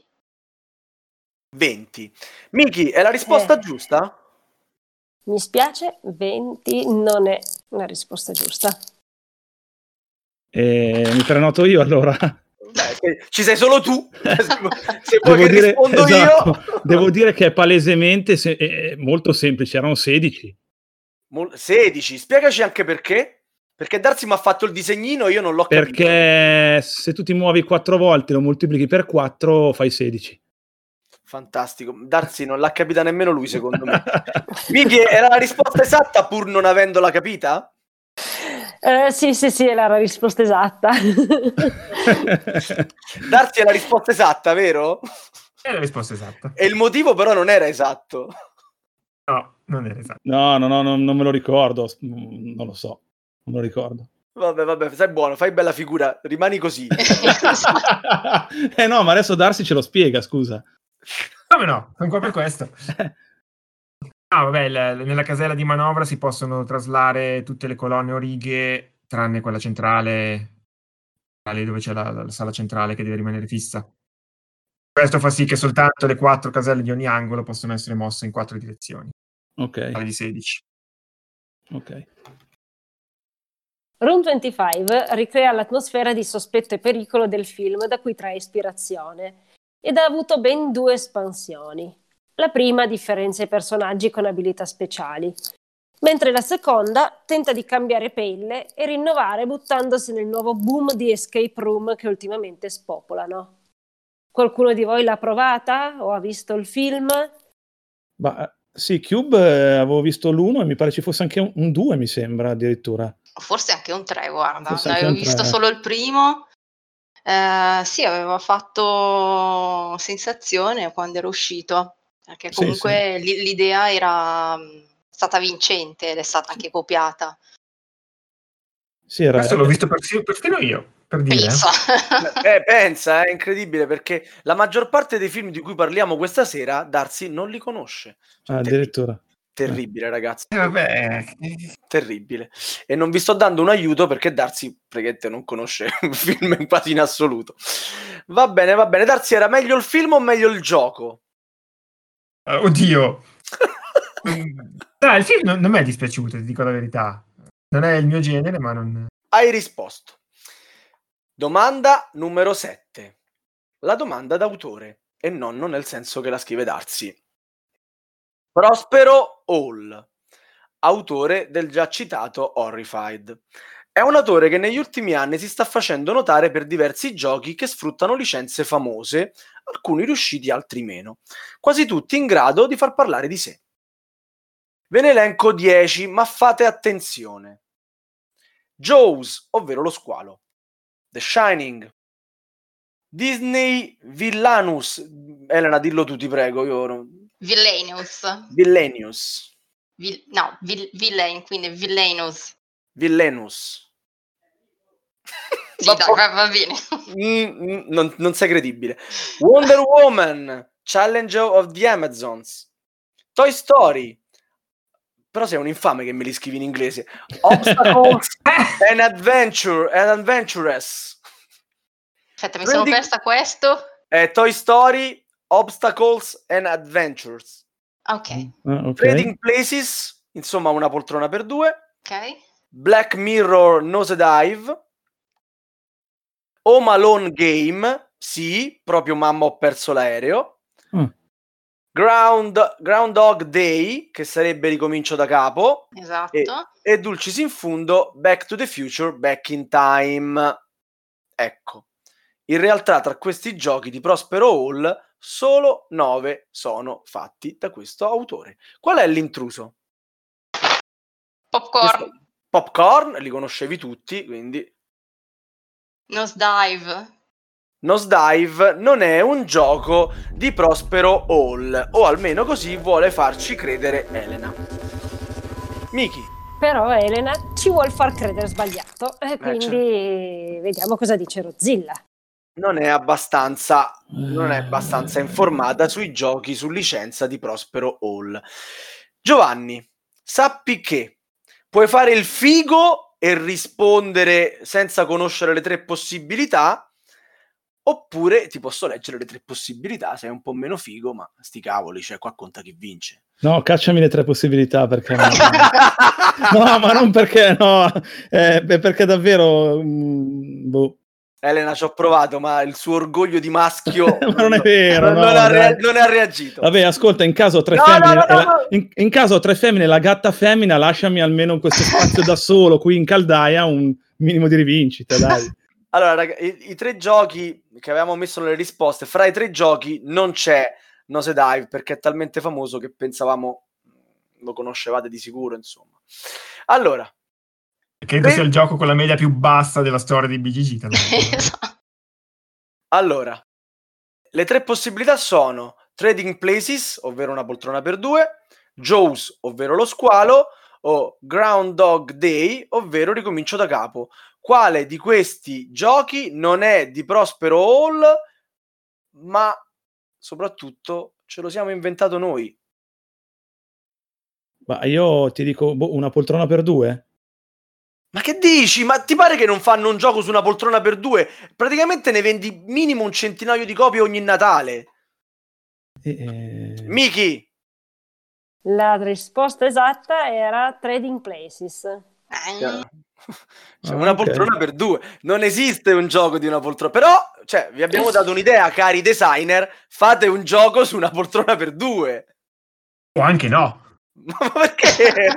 20. Miki, è la risposta giusta? Mi spiace, 20 non è una risposta giusta. Mi prenoto io allora. Beh, ci sei solo tu. Se vuoi che rispondo esatto, io. Devo dire che è palesemente molto semplice, erano 16. 16, spiegaci anche perché. Perché Darsi mi ha fatto il disegnino e io non l'ho capito. Perché se tu ti muovi 4 volte, lo moltiplichi per 4, fai 16. Fantastico. Darsi non l'ha capita nemmeno lui, secondo me. Miki, era la risposta esatta pur non avendola capita? Sì, era la risposta esatta. Darsi è la risposta esatta, vero? È la risposta esatta. E il motivo però non era esatto. No, non era esatto. No, non me lo ricordo. Non lo so. Non lo ricordo. Vabbè, sei buono, fai bella figura, rimani così. No, ma adesso Darsi ce lo spiega, scusa. Come no? Sono qua per questo. Vabbè, nella casella di manovra si possono traslare tutte le colonne o righe, tranne quella centrale, dove c'è la sala centrale che deve rimanere fissa. Questo fa sì che soltanto le 4 caselle di ogni angolo possono essere mosse in 4 direzioni. Ok. Di 16. Ok. Room 25 ricrea l'atmosfera di sospetto e pericolo del film da cui trae ispirazione ed ha avuto ben 2 espansioni. La prima differenzia i personaggi con abilità speciali, mentre la seconda tenta di cambiare pelle e rinnovare buttandosi nel nuovo boom di escape room che ultimamente spopolano. Qualcuno di voi l'ha provata o ha visto il film? Sì, Cube avevo visto l'1 e mi pare ci fosse anche un 2, mi sembra addirittura. Forse anche un 3, guarda. Forse Ne anche avevo un visto 3. solo il primo. Sì, aveva fatto sensazione quando era uscito. Perché comunque l'idea era stata vincente ed è stata anche copiata. Sì, era... Questo l'ho visto perfino io, per dire. Pensa. Pensa, è incredibile perché la maggior parte dei film di cui parliamo questa sera Darsi non li conosce. addirittura. Terribile, ragazzi. Vabbè. Terribile. E non vi sto dando un aiuto perché Darsi praticamente non conosce un film quasi in assoluto. Va bene. Darsi, era meglio il film o meglio il gioco? Oddio. Il film non mi è dispiaciuto, ti dico la verità. Non è il mio genere, ma non... Hai risposto. Domanda numero 7. La domanda d'autore, e non nel senso che la scrive Darsi. Prospero Hall, autore del già citato Horrified. È un autore che negli ultimi anni si sta facendo notare per diversi giochi che sfruttano licenze famose, alcuni riusciti, altri meno, quasi tutti in grado di far parlare di sé. Ve ne elenco 10, ma fate attenzione. Jaws, ovvero lo squalo. The Shining. Disney Villainous. Elena, dillo tu, ti prego. Villainous. Villainous. Villain, quindi Villainous. Villainous. Sì, va bene. Non sei credibile. Wonder Woman, Challenge of the Amazons. Toy Story. Però sei un infame che me li scrivi in inglese. Obstacles and Adventurous. Aspetta, mi sono persa questo. Toy Story, Obstacles and Adventures. Ok. Trading Places, insomma una poltrona per 2. Ok. Black Mirror Nosedive. Home Alone Game, sì, proprio mamma ho perso l'aereo. Groundhog Day, che sarebbe Ricomincio da capo, Esatto. e Dulcis in fundo, Back to the Future, Back in Time. Ecco, in realtà tra questi giochi di Prospero Hall solo 9 sono fatti da questo autore. Qual è l'intruso? Popcorn. Popcorn, li conoscevi tutti, quindi Nosedive. Nosedive non è un gioco di Prospero Hall, o almeno così vuole farci credere Elena. Miki. Però Elena ci vuol far credere sbagliato, e quindi certo. vediamo cosa dice Rozzilla. Non è abbastanza informata sui giochi su licenza di Prospero Hall. Giovanni, sappi che puoi fare il figo e rispondere senza conoscere le 3 possibilità, oppure ti posso leggere le 3 possibilità, sei un po' meno figo, ma sti cavoli, cioè qua conta chi vince. No, cacciami le 3 possibilità, perché no, ma non perché no, perché davvero boh. Elena, ci ho provato, ma il suo orgoglio di maschio ma non è vero, non ha reagito. Vabbè, ascolta, in caso ho 3 femmine, in caso ho 3 femmine, la gatta femmina, lasciami almeno in questo spazio da solo qui in caldaia un minimo di rivincita, dai. Allora, ragazzi, i 3 giochi che avevamo messo nelle risposte, fra i 3 giochi non c'è Nosedive, perché è talmente famoso che pensavamo lo conoscevate di sicuro, insomma. Allora, credo sia il gioco con la media più bassa della storia di BGG. Esatto. Allora, le 3 possibilità sono Trading Places, ovvero una poltrona per 2, Jaws, ovvero lo squalo, o Groundhog Day, ovvero Ricomincio da capo. Quale di questi giochi non è di Prospero Hall, ma soprattutto ce lo siamo inventato noi? Ma io ti dico una poltrona per 2? Ma che dici? Ma ti pare che non fanno un gioco su una poltrona per 2? Praticamente ne vendi minimo un centinaio di copie ogni Natale. Miki? La risposta esatta era Trading Places. Cioè, una poltrona per 2. Non esiste un gioco di una poltrona. Però, cioè, vi abbiamo dato un'idea, cari designer. Fate un gioco su una poltrona per 2. O anche no. Ma perché?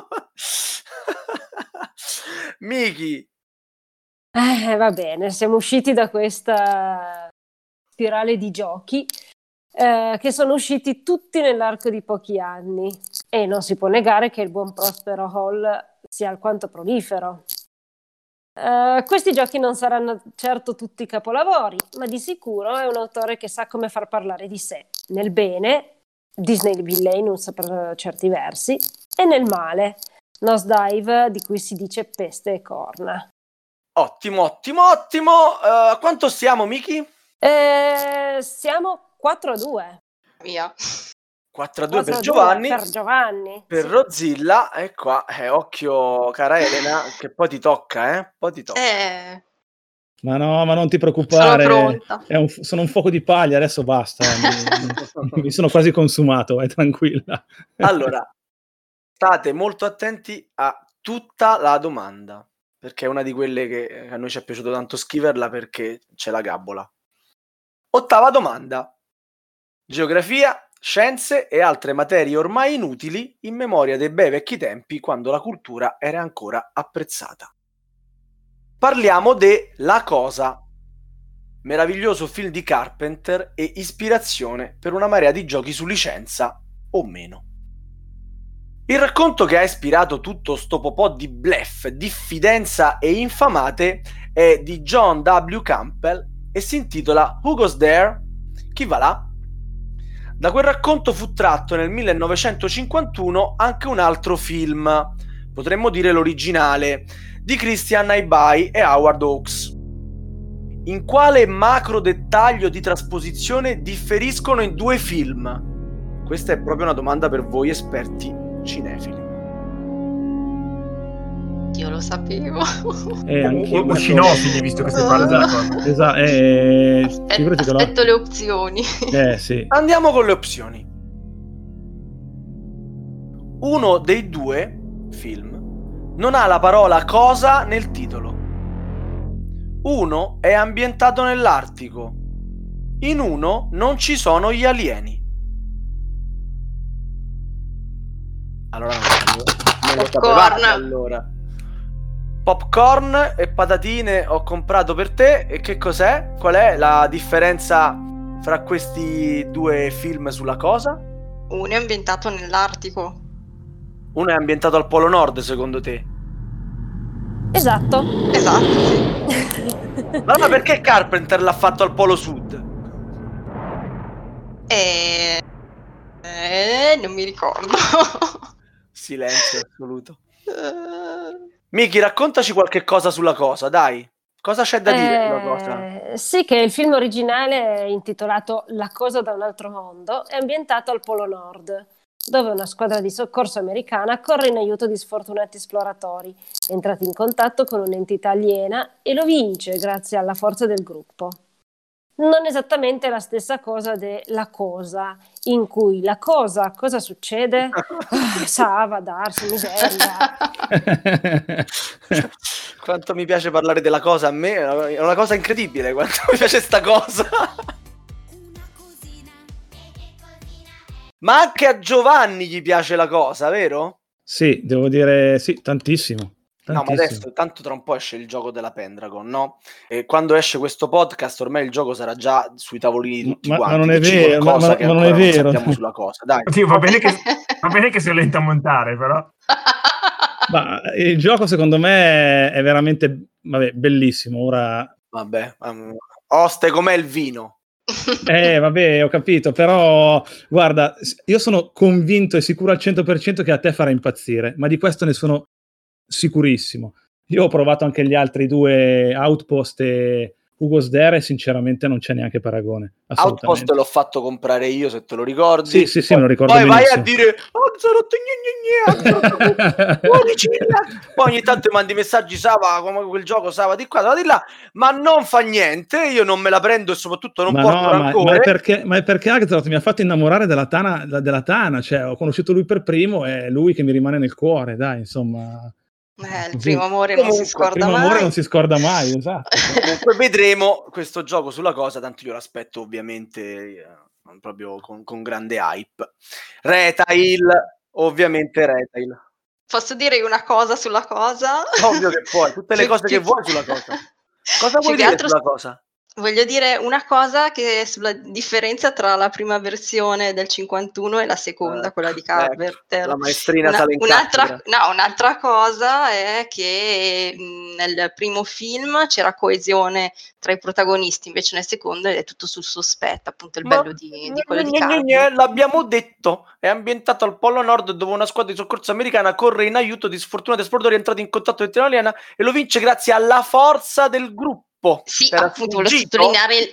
Miki? Va bene, siamo usciti da questa spirale di giochi che sono usciti tutti nell'arco di pochi anni, e non si può negare che il buon Prospero Hall sia alquanto prolifero. Questi giochi non saranno certo tutti capolavori, ma di sicuro è un autore che sa come far parlare di sé, nel bene, Disney Villainous per certi versi, e nel male, Nosedive, di cui si dice peste e corna. Ottimo. Quanto siamo, Miki? Siamo 4-2. Via. 4-2 per Giovanni. Per Giovanni. Per Rozzilla, e qua, occhio, cara Elena, che poi ti tocca, Poi ti tocca. Ma no, ma non ti preoccupare. Sono pronta. Sono un fuoco di paglia, adesso basta. Mi sono quasi consumato, tranquilla. Allora, state molto attenti a tutta la domanda, perché è una di quelle che a noi ci è piaciuto tanto scriverla, perché c'è la gabola. 8ª domanda. Geografia, scienze e altre materie ormai inutili in memoria dei bei vecchi tempi, quando la cultura era ancora apprezzata. Parliamo de La Cosa, meraviglioso film di Carpenter e ispirazione per una marea di giochi su licenza o meno. Il racconto che ha ispirato tutto sto popò di bluff, diffidenza e infamate è di John W. Campbell e si intitola Who Goes There? Chi va là? Da quel racconto fu tratto nel 1951 anche un altro film, potremmo dire l'originale, di Christian Nyby e Howard Hawks. In quale macro dettaglio di trasposizione differiscono i 2 film? Questa è proprio una domanda per voi esperti cinefili. Io lo sapevo. O cinofili, visto che si parla della cosa. Esatto. Aspetto le opzioni. Sì. Andiamo con le opzioni. Uno dei 2 film non ha la parola cosa nel titolo. Uno è ambientato nell'Artico. In uno non ci sono gli alieni. Allora non lo Popcorn. sapevate, allora. Popcorn e patatine ho comprato per te. E che cos'è? Qual è la differenza fra questi due film sulla cosa? Uno è ambientato nell'Artico. Uno è ambientato al Polo Nord, secondo te? Esatto. Esatto, sì. Ma perché Carpenter l'ha fatto al Polo Sud? Non mi ricordo. Silenzio assoluto. Miki, raccontaci qualche cosa sulla cosa, dai. Cosa c'è da dire sulla cosa? Sì, che il film originale, intitolato La cosa da un altro mondo, è ambientato al Polo Nord, dove una squadra di soccorso americana corre in aiuto di sfortunati esploratori, entrati in contatto con un'entità aliena e lo vince grazie alla forza del gruppo. Non esattamente la stessa cosa della cosa, in cui la cosa succede? Sa, va a darsi, miseria. Quanto mi piace parlare della cosa a me, è una cosa incredibile quanto mi piace sta cosa. Ma anche a Giovanni gli piace la cosa, vero? Sì, devo dire sì, tantissimo. No, ma adesso tanto tra un po' esce il gioco della Pendragon, no? E quando esce questo podcast ormai il gioco sarà già sui tavolini di tutti quanti. Ma non è Dici vero, qualcosa che ma non ancora è vero. non sappiamo sulla cosa, dai. Oddio, va bene che sia lenta a montare, però. Ma il gioco secondo me è veramente bellissimo. Ora Vabbè, oste com'è il vino. Vabbè, ho capito, però guarda, io sono convinto e sicuro al 100% che a te farà impazzire, ma di questo ne sono sicurissimo. Io ho provato anche gli altri due, Outpost e Hugo's Dare, e sinceramente non c'è neanche paragone. Outpost l'ho fatto comprare io, se te lo ricordi. Sì, me lo ricordo poi benissimo. vai a dire poi ogni tanto mandi messaggi, Sava, come quel gioco, Sava di qua, Sava di là, ma non fa niente, io non me la prendo e soprattutto non porto rancore. Ma è perché Axelrod mi ha fatto innamorare della Tana, cioè ho conosciuto lui per primo, è lui che mi rimane nel cuore, dai, insomma. Il primo amore non si scorda mai. Amore non si scorda mai, esatto. Comunque vedremo questo gioco sulla cosa, tanto io l'aspetto ovviamente proprio con grande hype. Retail, ovviamente Retail. Posso dire una cosa sulla cosa? Ovvio che puoi, tutte le cose che vuoi sulla cosa. Cosa vuoi dire sulla cosa? Voglio dire una cosa che sulla differenza tra la prima versione del 51 e la seconda, quella di Carpenter. La maestrina sale in cattedra. Un'altra cosa è che nel primo film c'era coesione tra i protagonisti, invece nel secondo è tutto sul sospetto, appunto il bello di quello di Carpenter. L'abbiamo detto, è ambientato al Polo Nord dove una squadra di soccorso americana corre in aiuto di sfortunati esploratori entrati in contatto con l'entità aliena e lo vince grazie alla forza del gruppo. Sì, appunto, volevo sottolineare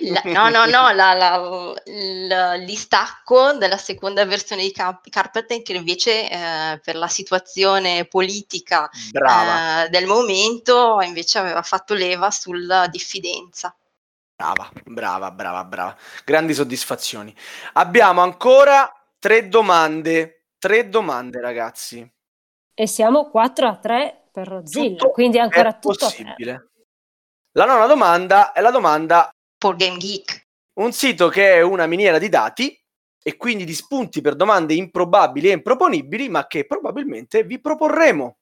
il distacco della seconda versione di Carpenter, che invece per la situazione politica del momento invece aveva fatto leva sulla diffidenza. Brava. Grandi soddisfazioni. Abbiamo ancora 3 domande, ragazzi. E siamo 4-3 per Rodzilla, quindi ancora tutto possibile. La nona domanda è la domanda For Game Geek, un sito che è una miniera di dati e quindi di spunti per domande improbabili e improponibili, ma che probabilmente vi proporremo.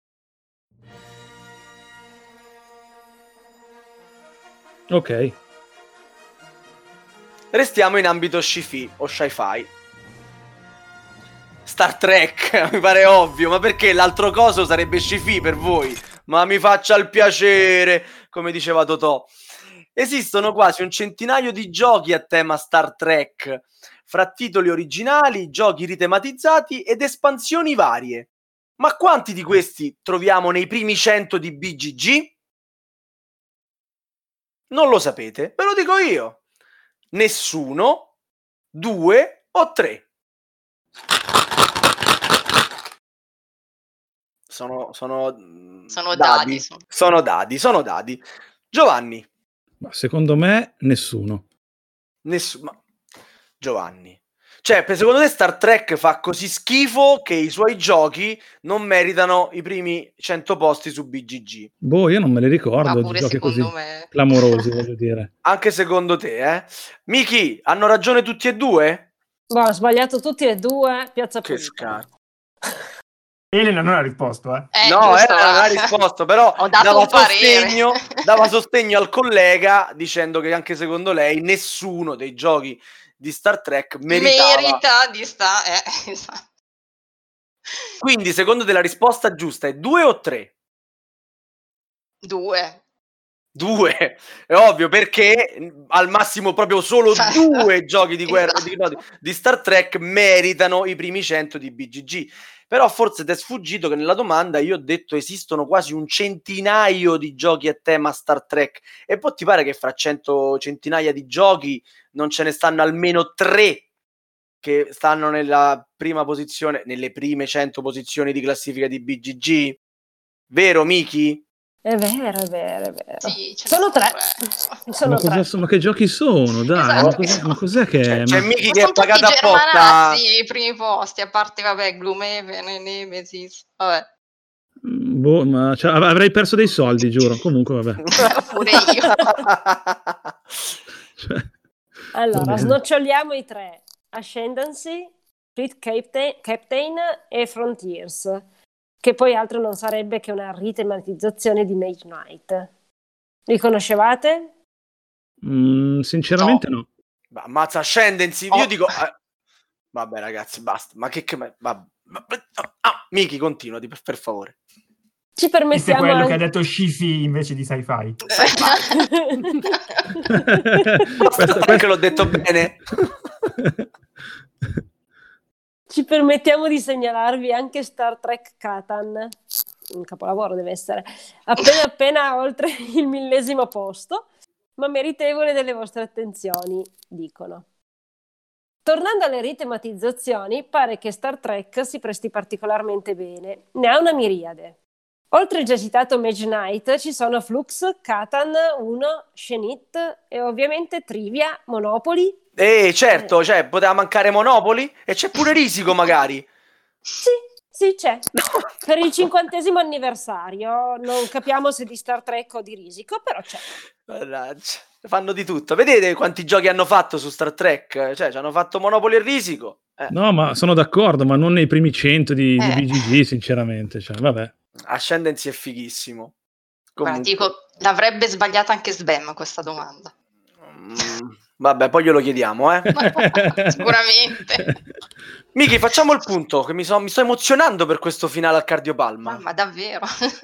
Ok. Restiamo in ambito sci-fi o sci-fi. Star Trek, mi pare ovvio, ma perché l'altro coso sarebbe sci-fi per voi? Ma mi faccia il piacere, come diceva Totò. Esistono quasi un centinaio di giochi a tema Star Trek, fra titoli originali, giochi ritematizzati ed espansioni varie. Ma quanti di questi troviamo nei primi 100 di BGG? Non lo sapete? Ve lo dico io. Nessuno, 2 o 3. Sono dadi. Sono dadi. Giovanni. Ma secondo me nessuno. Giovanni. Cioè, secondo te Star Trek fa così schifo che i suoi giochi non meritano i primi 100 posti su BGG? Boh, io non me li ricordo di giochi così clamorosi, voglio dire. Anche secondo te, eh? Miki, hanno ragione tutti e due? Boh, ho sbagliato tutti e due, piazza che scarto. Elena non ha risposto, No, giusto, non ha risposto, però ho dato un parere. dava sostegno al collega dicendo che anche secondo lei nessuno dei giochi di Star Trek merita di esatto. Quindi secondo te la risposta giusta è 2 o 3? 2. 2, è ovvio, perché al massimo proprio solo 2 giochi di guerra di Star Trek meritano i primi 100 di BGG. Però forse ti è sfuggito che nella domanda io ho detto esistono quasi un centinaio di giochi a tema Star Trek, e poi ti pare che fra centinaia di giochi non ce ne stanno almeno 3 che stanno nella prima posizione, nelle prime 100 posizioni di classifica di BGG? Vero, Miki? È vero, è vero, è vero. Sì, sono 3. Sono 3. Ma che giochi sono? Dai, Esatto. ma cos'è che... C'è Miki che sono è pagato tutti apposta. germanazzi i primi posti, a parte, vabbè, Gloomhaven, Nemesis, vabbè. Ma avrei perso dei soldi, giuro. Comunque, vabbè. Pure io. Cioè, Allora, snoccioliamo i 3. Ascendancy, Fleet Captain e Frontiers, che poi altro non sarebbe che una ritematizzazione di Mage Knight. Li conoscevate? Sinceramente no. Ma ammazza Ascendancy, io dico... vabbè ragazzi, basta. Ma che... Miki, continuati, per favore. Ci Questo è permettiamo quello anche... che ha detto sci-fi invece di sci-fi. Questo l'ho detto bene. Ci permettiamo di segnalarvi anche Star Trek Catan, un capolavoro deve essere, appena oltre il 1000° posto, ma meritevole delle vostre attenzioni, dicono. Tornando alle ritematizzazioni, pare che Star Trek si presti particolarmente bene, ne ha una miriade. Oltre il già citato Mage Knight ci sono Flux, Catan, Uno, Shenit e ovviamente Trivia, Monopoly. Certo, cioè, poteva mancare Monopoly e c'è pure Risico magari. Sì, c'è. Per il 50° anniversario, non capiamo se di Star Trek o di Risico, però c'è. Fanno di tutto. Vedete quanti giochi hanno fatto su Star Trek? Cioè, ci hanno fatto Monopoly e Risico. No, ma sono d'accordo, ma non nei primi 100 di BGG, sinceramente. Cioè, vabbè. Ascendancy è fighissimo. Guarda, ti dico, l'avrebbe sbagliata anche Sbam questa domanda. Vabbè, poi glielo chiediamo, Sicuramente. Miki, facciamo il punto, che mi sto emozionando per questo finale al Cardiopalma. Ma davvero?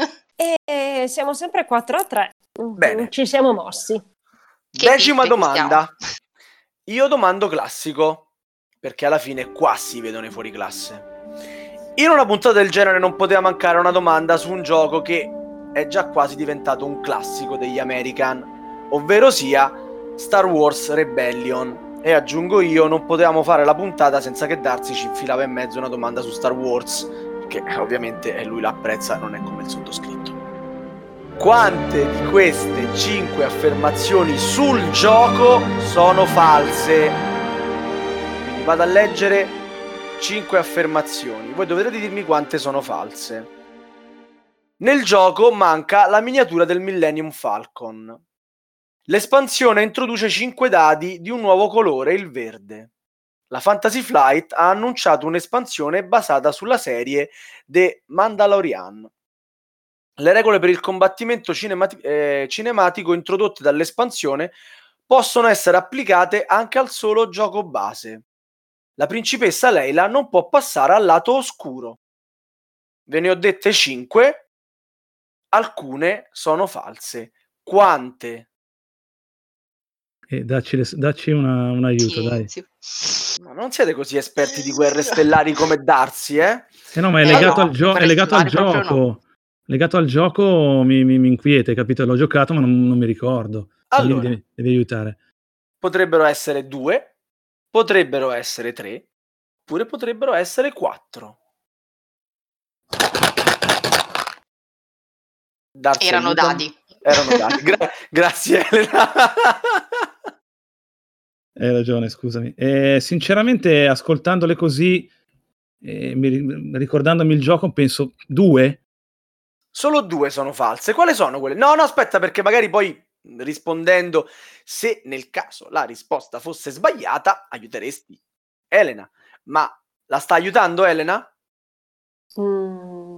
E siamo sempre 4-3. Bene. Ci siamo mossi. Decima domanda. Io domando classico, perché alla fine qua si vedono i fuoriclasse. In una puntata del genere non poteva mancare una domanda su un gioco che è già quasi diventato un classico degli American, ovvero sia Star Wars Rebellion. E aggiungo io, non potevamo fare la puntata senza che Darcy ci infilava in mezzo una domanda su Star Wars, che ovviamente lui l'apprezza, non è come il sottoscritto. Quante di queste 5 affermazioni sul gioco sono false? Quindi vado a leggere 5 affermazioni. Voi dovrete dirmi quante sono false. Nel gioco manca la miniatura del Millennium Falcon. L'espansione introduce 5 dadi di un nuovo colore, il verde. La Fantasy Flight ha annunciato un'espansione basata sulla serie The Mandalorian. Le regole per il combattimento cinematico introdotte dall'espansione possono essere applicate anche al solo gioco base. La principessa Leila non può passare al lato oscuro. Ve ne ho dette 5, alcune sono false. Quante? Dacci un aiuto, dai. Ma non siete così esperti di guerre stellari come Darcy, eh? No, ma è legato al gioco. No. Legato al gioco mi inquieta, capito? L'ho giocato, ma non mi ricordo. Allora, devi aiutare. Potrebbero essere 2, potrebbero essere 3, oppure potrebbero essere 4. Darcy, Erano dadi. Grazie Elena. Hai ragione, scusami. Sinceramente, ascoltandole così, ricordandomi il gioco, penso 2. Solo 2 sono false. Quali sono quelle? No, aspetta, perché magari poi rispondendo, se nel caso la risposta fosse sbagliata, aiuteresti Elena. Ma la sta aiutando Elena?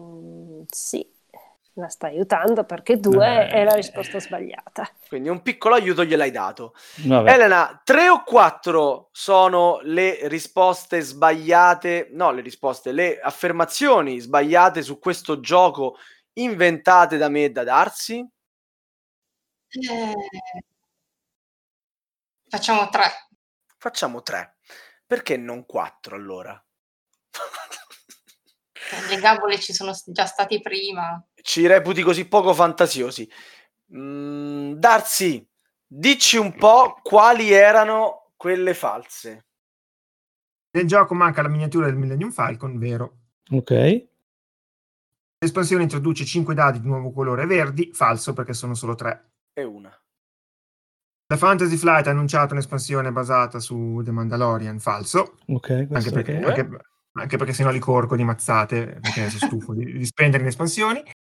Sì, la sta aiutando perché 2 è la risposta sbagliata. Quindi un piccolo aiuto gliel'hai dato. Vabbè. Elena, 3 o 4 sono le risposte sbagliate, no, le affermazioni sbagliate su questo gioco inventate da me e da Darsi? Facciamo 3. Facciamo 3. Perché non 4 allora? Le gabole ci sono già stati prima. Ci reputi così poco fantasiosi. Darsi, dici un po' quali erano quelle false. Nel gioco manca la miniatura del Millennium Falcon, vero. Ok. L'espansione introduce 5 dadi di nuovo colore verdi, falso perché sono solo 3. E una. La Fantasy Flight ha annunciato un'espansione basata su The Mandalorian, falso. Ok, Anche questo perché, ok. anche perché sennò li corco di mazzate, perché sono stufo di spendere in espansioni.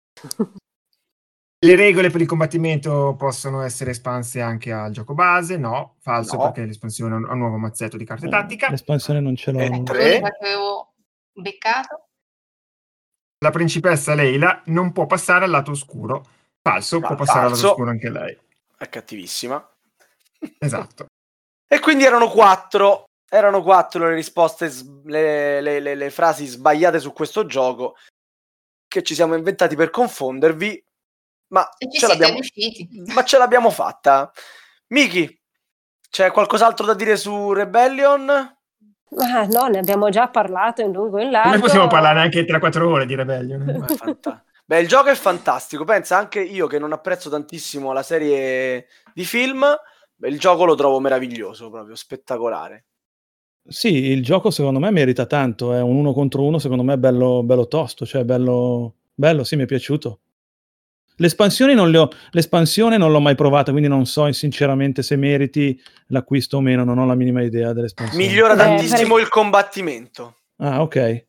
Le regole per il combattimento possono essere espanse anche al gioco base? No, falso, No. perché l'espansione ha un nuovo mazzetto di carte tattica. L'espansione non ce l'ho. E Ecco, 3. l'unica che avevo beccato. La principessa Leila non può passare al lato oscuro. Falso, può passare al lato Falso. oscuro anche lei. È cattivissima. Esatto. E quindi erano 4. Erano 4 le risposte, le frasi sbagliate su questo gioco che ci siamo inventati per confondervi. Ma E ci ce siete l'abbiamo, riusciti. ma ce l'abbiamo fatta. Miki, c'è qualcos'altro da dire su Rebellion? Ma no, ne abbiamo già parlato in lungo e in largo. Noi possiamo parlare anche 3-4 ore di Rebellion. Beh, il gioco è fantastico. Pensa, anche io che non apprezzo tantissimo la serie di film, il gioco lo trovo meraviglioso, proprio spettacolare. Sì, il gioco secondo me merita tanto, è un 1 contro 1 secondo me bello tosto, cioè bello, sì, mi è piaciuto. L'espansione non l'ho mai provata, quindi non so sinceramente se meriti l'acquisto o meno, non ho la minima idea dell'espansione. Migliora tantissimo il combattimento. Ah, ok.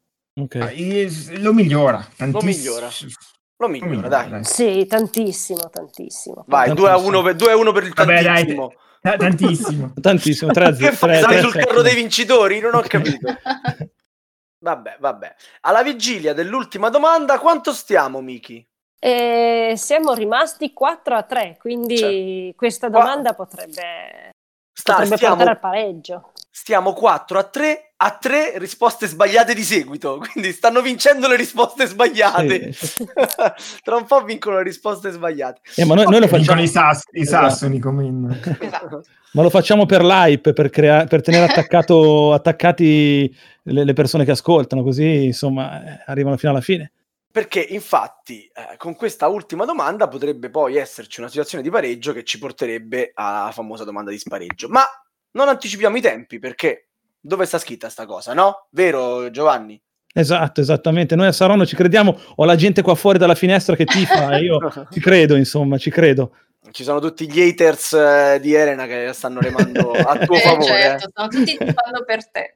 Lo migliora, Lo migliora, dai. Sì, tantissimo. Vai, 2-1 per il tantissimo. Dai, tantissimo. Tantissimo, 3-0. Che fai sul carro dei vincitori? Non ho capito. Vabbè. Alla vigilia dell'ultima domanda, quanto stiamo, Miki? Siamo rimasti 4-3, quindi questa domanda potrebbe portare al pareggio. Stiamo 4-3 a 3 risposte sbagliate di seguito, quindi stanno vincendo le risposte sbagliate. Sì. Tra un po' vincono le risposte sbagliate. Ma noi lo facciamo i sassoni come esatto. Ma lo facciamo per l'hype, per tenere attaccati le persone che ascoltano, così insomma arrivano fino alla fine. Perché infatti con questa ultima domanda potrebbe poi esserci una situazione di pareggio che ci porterebbe alla famosa domanda di spareggio. Ma non anticipiamo i tempi, perché dove sta scritta sta cosa, no? Vero, Giovanni? Esatto, esattamente. Noi a Saronno ci crediamo, ho la gente qua fuori dalla finestra che tifa, e io ci credo, insomma, ci credo. Ci sono tutti gli haters di Elena che stanno remando a tuo favore. Certo, sono tutti tifando per te.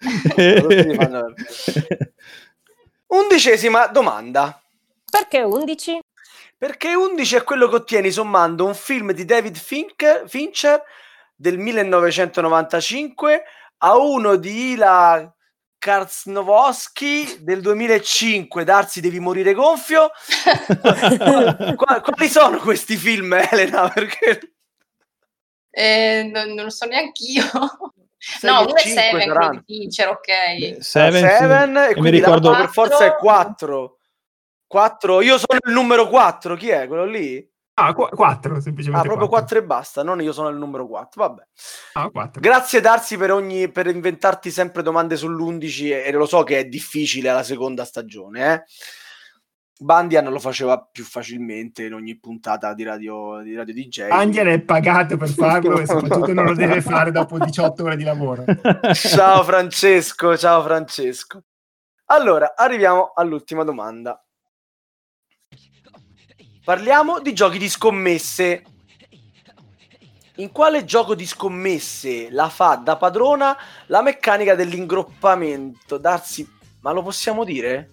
11ª domanda. Perché 11? Perché 11 è quello che ottieni sommando un film di David Fincher del 1995 a uno di Ila Karsnovosky del 2005. Darsi, devi morire gonfio. Quali sono questi film, Elena? Perché non lo so neanche io. No, uno è Seven, quello di Fincher, ok. Seven e quindi mi ricordo per forza è 4. Io sono il numero 4. Chi è quello lì? 4 semplicemente. Proprio 4 e basta. Non io sono il numero 4. Vabbè. 4. Grazie Darsi per inventarti sempre domande sull'11 e lo so che è difficile alla seconda stagione. Bandian lo faceva più facilmente in ogni puntata di radio DJ. Bandian è pagato per farlo e soprattutto non lo deve fare dopo 18 ore di lavoro. Ciao Francesco. Allora, arriviamo all'ultima domanda. Parliamo di giochi di scommesse. In quale gioco di scommesse la fa da padrona la meccanica dell'ingroppamento? Darsi, ma lo possiamo dire?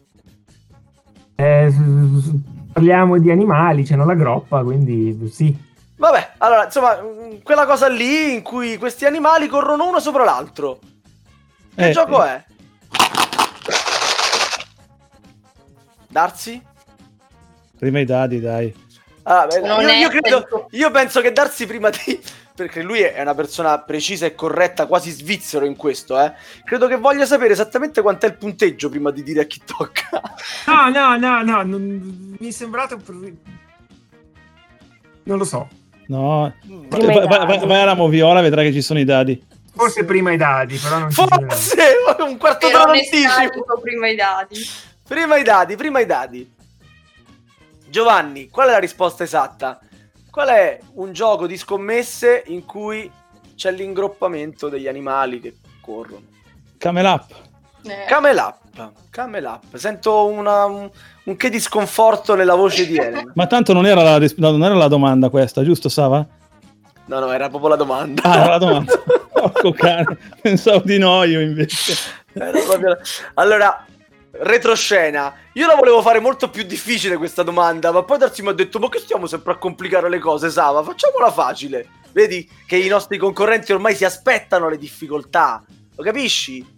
Parliamo di animali, c'è la groppa, quindi sì. Vabbè, allora, insomma, quella cosa lì in cui questi animali corrono uno sopra l'altro. Che gioco è? Darsi? Prima i dadi, dai. Io penso che darsi prima di... perché lui è una persona precisa e corretta, quasi svizzero in questo, credo che voglia sapere esattamente quant'è il punteggio prima di dire a chi tocca. No, mi è sembrato... Non lo so. No, vai alla moviola, vedrà che ci sono i dadi. Forse prima i dadi, però non forse un quarto d'ora d'anticipo. Prima i dadi. Prima i dadi. Giovanni, qual è la risposta esatta? Qual è un gioco di scommesse in cui c'è l'ingroppamento degli animali che corrono? Camel Up. Camel Up. Sento un che di sconforto nella voce di Elena. Ma tanto non era la domanda questa, giusto, Sava? No, era proprio la domanda. Era la domanda. Porco cane, pensavo di no io invece. Allora, retroscena. Io la volevo fare molto più difficile questa domanda, ma poi Darsi mi ha detto: ma che stiamo sempre a complicare le cose, Sava? Facciamola facile. Vedi che i nostri concorrenti ormai si aspettano le difficoltà. Lo capisci?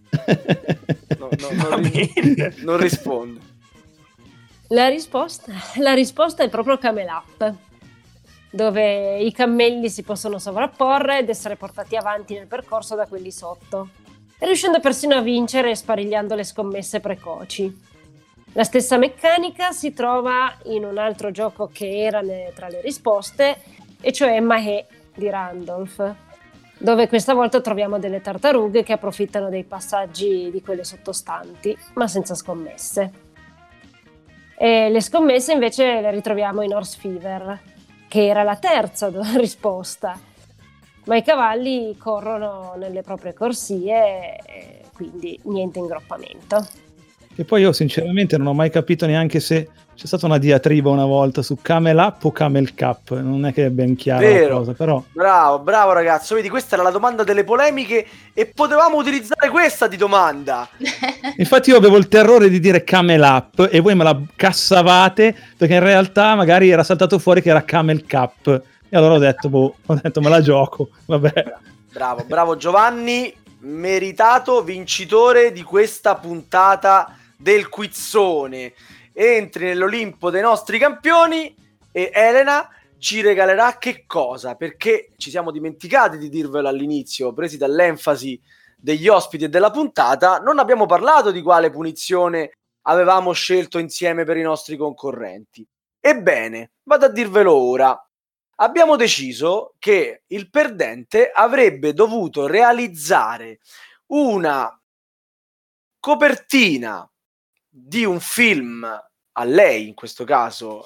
Non risponde. La risposta è proprio Camel Up, dove i cammelli si possono sovrapporre ed essere portati avanti nel percorso da quelli sotto, riuscendo persino a vincere sparigliando le scommesse precoci. La stessa meccanica si trova in un altro gioco che era tra le risposte, e cioè Mahé di Randolph, dove questa volta troviamo delle tartarughe che approfittano dei passaggi di quelle sottostanti, ma senza scommesse. E le scommesse invece le ritroviamo in Horse Fever, che era la terza risposta, ma i cavalli corrono nelle proprie corsie e quindi niente ingroppamento. E poi io sinceramente non ho mai capito neanche se c'è stata una diatriba una volta su Camel Up o Camel Cup, non è che è ben chiara la cosa, però... Bravo ragazzo, vedi, questa era la domanda delle polemiche e potevamo utilizzare questa di domanda. Infatti io avevo il terrore di dire Camel Up e voi me la cassavate perché in realtà magari era saltato fuori che era Camel Cup e allora ho detto me la gioco, vabbè. Bravo Giovanni, meritato vincitore di questa puntata del quizzone. Entri nell'Olimpo dei nostri campioni e Elena ci regalerà che cosa? Perché ci siamo dimenticati di dirvelo all'inizio, presi dall'enfasi degli ospiti e della puntata, non abbiamo parlato di quale punizione avevamo scelto insieme per i nostri concorrenti. Ebbene, vado a dirvelo ora. Abbiamo deciso che il perdente avrebbe dovuto realizzare una copertina di un film a lei, in questo caso,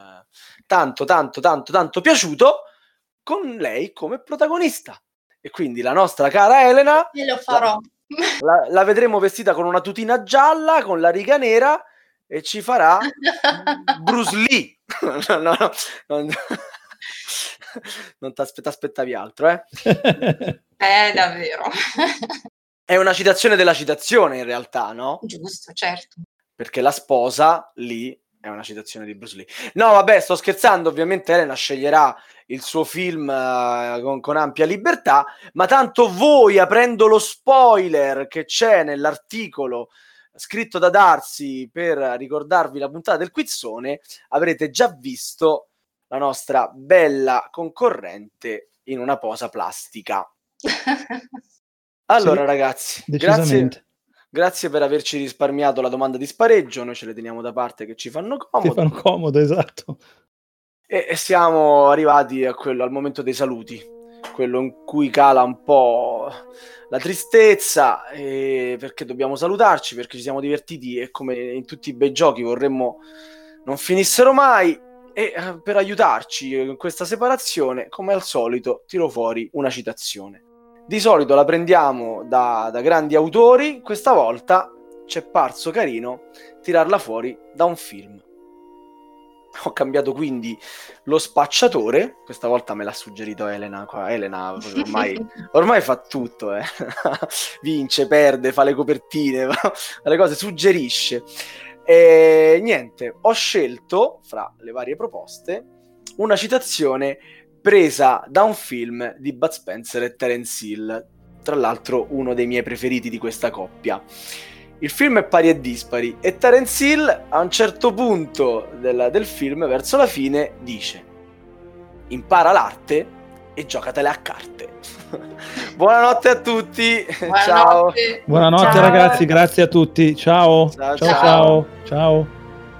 tanto piaciuto, con lei come protagonista. E quindi la nostra cara Elena... E lo farò. La vedremo vestita con una tutina gialla, con la riga nera, e ci farà Bruce Lee. Non ti aspettavi altro, Davvero. È una citazione della citazione, in realtà, no? Giusto, certo. Perché la sposa lì è una citazione di Bruce Lee. No, vabbè, sto scherzando. Ovviamente Elena sceglierà il suo film con ampia libertà, ma tanto voi, aprendo lo spoiler che c'è nell'articolo scritto da Darsi per ricordarvi la puntata del quizzone, avrete già visto la nostra bella concorrente in una posa plastica. Allora, sì, ragazzi, grazie per averci risparmiato la domanda di spareggio. Noi ce le teniamo da parte che ci fanno comodo. Ci fanno comodo, esatto. E siamo arrivati al momento dei saluti, quello in cui cala un po' la tristezza, perché dobbiamo salutarci, perché ci siamo divertiti e come in tutti i bei giochi vorremmo non finissero mai. E per aiutarci in questa separazione, come al solito, tiro fuori una citazione. Di solito la prendiamo da grandi autori, questa volta ci è parso carino tirarla fuori da un film. Ho cambiato quindi lo spacciatore, questa volta me l'ha suggerito Elena. Elena ormai fa tutto, vince, perde, fa le copertine, fa le cose, suggerisce. E niente, ho scelto fra le varie proposte una citazione presa da un film di Bud Spencer e Terence Hill, tra l'altro uno dei miei preferiti di questa coppia. Il film è pari e dispari e Terence Hill a un certo punto del film, verso la fine, dice: impara l'arte e giocatele a carte. Buonanotte a tutti. Ciao. Buonanotte Ciao. ragazzi, grazie a tutti. Ciao. Ciao, Ciao, ciao. ciao. Ciao.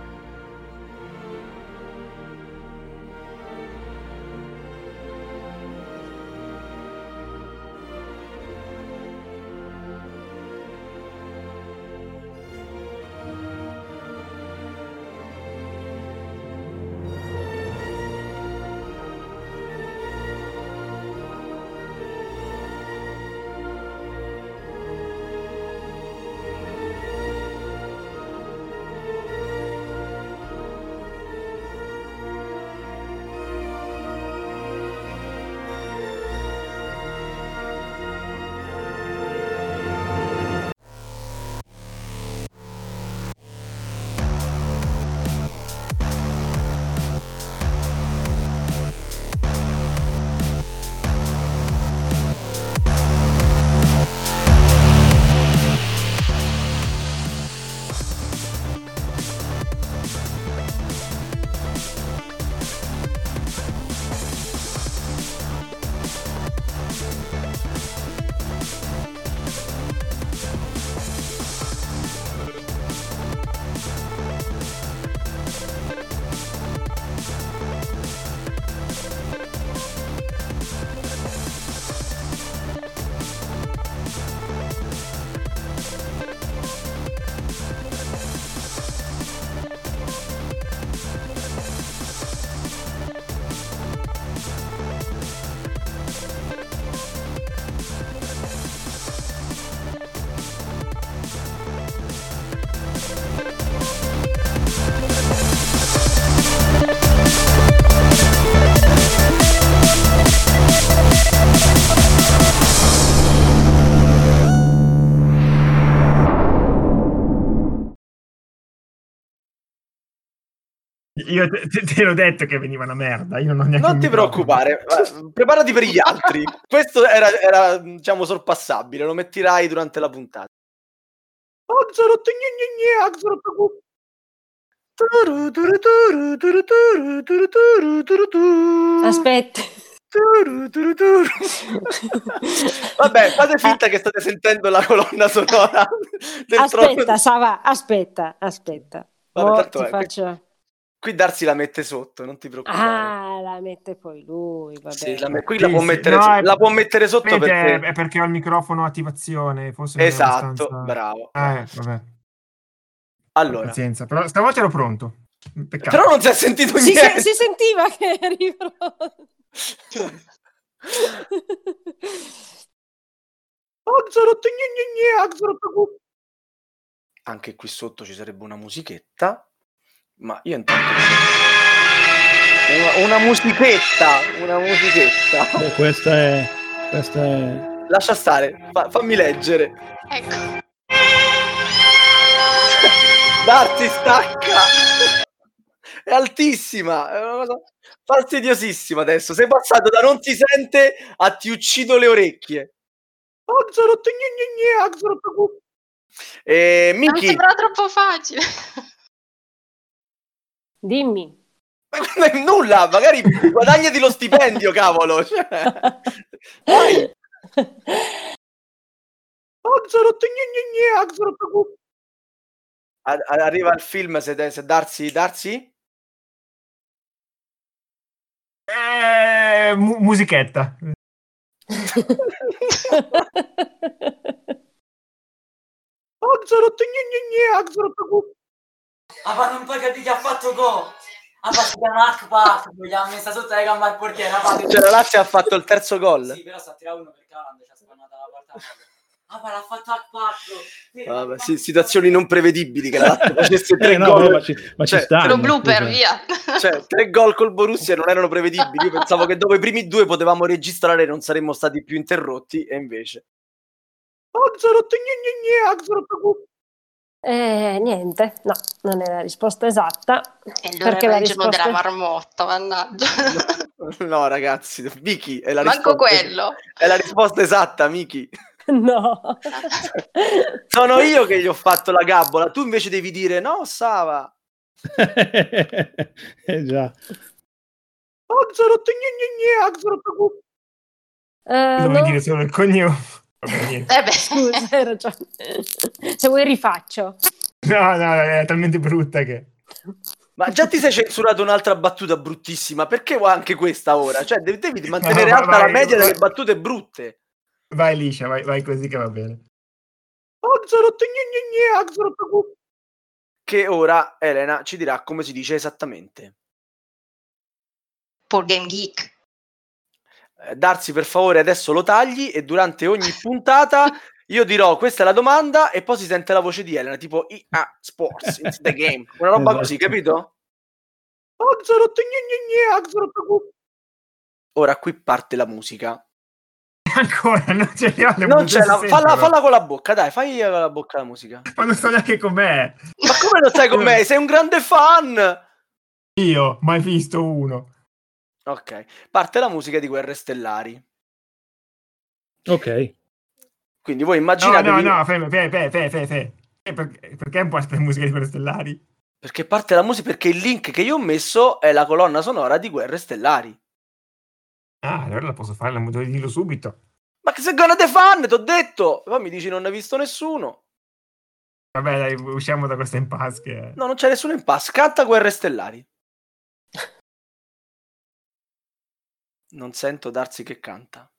Io te l'ho detto che veniva una merda. Io non ho neanche Non un ti microfono. preoccupare, preparati per gli altri. Questo era diciamo sorpassabile, lo metterai durante la puntata. Aspetta. Vabbè, fate finta che state sentendo la colonna sonora del Aspetta, trono. Sava, aspetta. Vabbè, Mo tanto ti è, faccio... qui Darsi la mette sotto, non ti preoccupare. Ah, la mette poi lui, vabbè. Sì, qui Sì, la può sì. mettere, No, la può mettere sotto Sapete, perché... è perché ho il microfono a attivazione. Forse non è Esatto, abbastanza... bravo. Vabbè. Allora, Pazienza, però stavolta ero pronto. Peccato. però non si è sentito Si niente. sentiva che eri pronto. Anche qui sotto ci sarebbe una musichetta, ma io intanto una musichetta. Beh, questa è Lascia stare, fammi leggere. Ecco. Darsi stacca. È altissima, è una cosa fastidiosissima adesso. Sei passato da non si sente a ti uccido le orecchie. Mi Miki, sembra troppo facile. Dimmi. nulla, magari guadagnati lo stipendio, cavolo. Cioè, vai. Arriva il film se Darsi? Musichetta. Ma non puoi capire che ha fatto gol. Ha fatto chiamare Akpak, gli ha messa sotto le gambe al portiere. Cioè la Lazio ha fatto il terzo gol. Sì, però sta a tirare uno perché Haaland ci ha spannata la porta. Ma l'ha fatto Akpak. Vabbè, situazioni non prevedibili che la Lazio facesse 3 no, gol. ma ci Cioè, sta. Lo blooper, via. Cioè, 3 gol col Borussia non erano prevedibili. Io pensavo che dopo i primi 2 potevamo registrare e non saremmo stati più interrotti, e invece. Niente, no, non è la risposta esatta. E allora Perché era la il giorno risposta della marmotta, mannaggia. No, ragazzi, Miki è la Manco risposta. quello. È la risposta esatta, Miki. No. Sono io che gli ho fatto la gabbola, tu invece devi dire no, Sava. Già. Dovevi No, dire solo il cognome. Vabbè, niente. Beh. scusa, hai ragione. Se vuoi rifaccio. No, è talmente brutta che... Ma già ti sei censurato un'altra battuta bruttissima, perché vuoi anche questa ora? Cioè devi mantenere No, alta la vai, media vai. delle battute brutte. Vai liscia, vai così che va bene. Che ora Elena ci dirà come si dice esattamente. Board Game Geek. Darsi, per favore, adesso lo tagli e durante ogni puntata io dirò questa è la domanda e poi si sente la voce di Elena, tipo EA Sports, it's the game. Una roba Esatto. così, capito? Ora qui parte la musica. Ancora, non ce li ho le Non battute c'è si la, sentono. falla con la bocca, dai, fai con la bocca la musica. Ma non so neanche com'è. Ma come non sai con me? Sei un grande fan! Io, mai visto uno. Ok, parte la musica di Guerre Stellari. Ok. Quindi voi immaginatevi... No, fe. Perché un po' la musica di quelle stellari? Perché parte la musica, perché il link che io ho messo è la colonna sonora di Guerre Stellari. Ah, allora la posso fare, devi dirlo subito. Ma che sei grande fan, t'ho detto! Poi mi dici non ne hai visto nessuno. Vabbè, dai, usciamo da questa impasse che... No, non c'è nessuno in pass. Canta Guerre Stellari. Non sento Darsi che canta.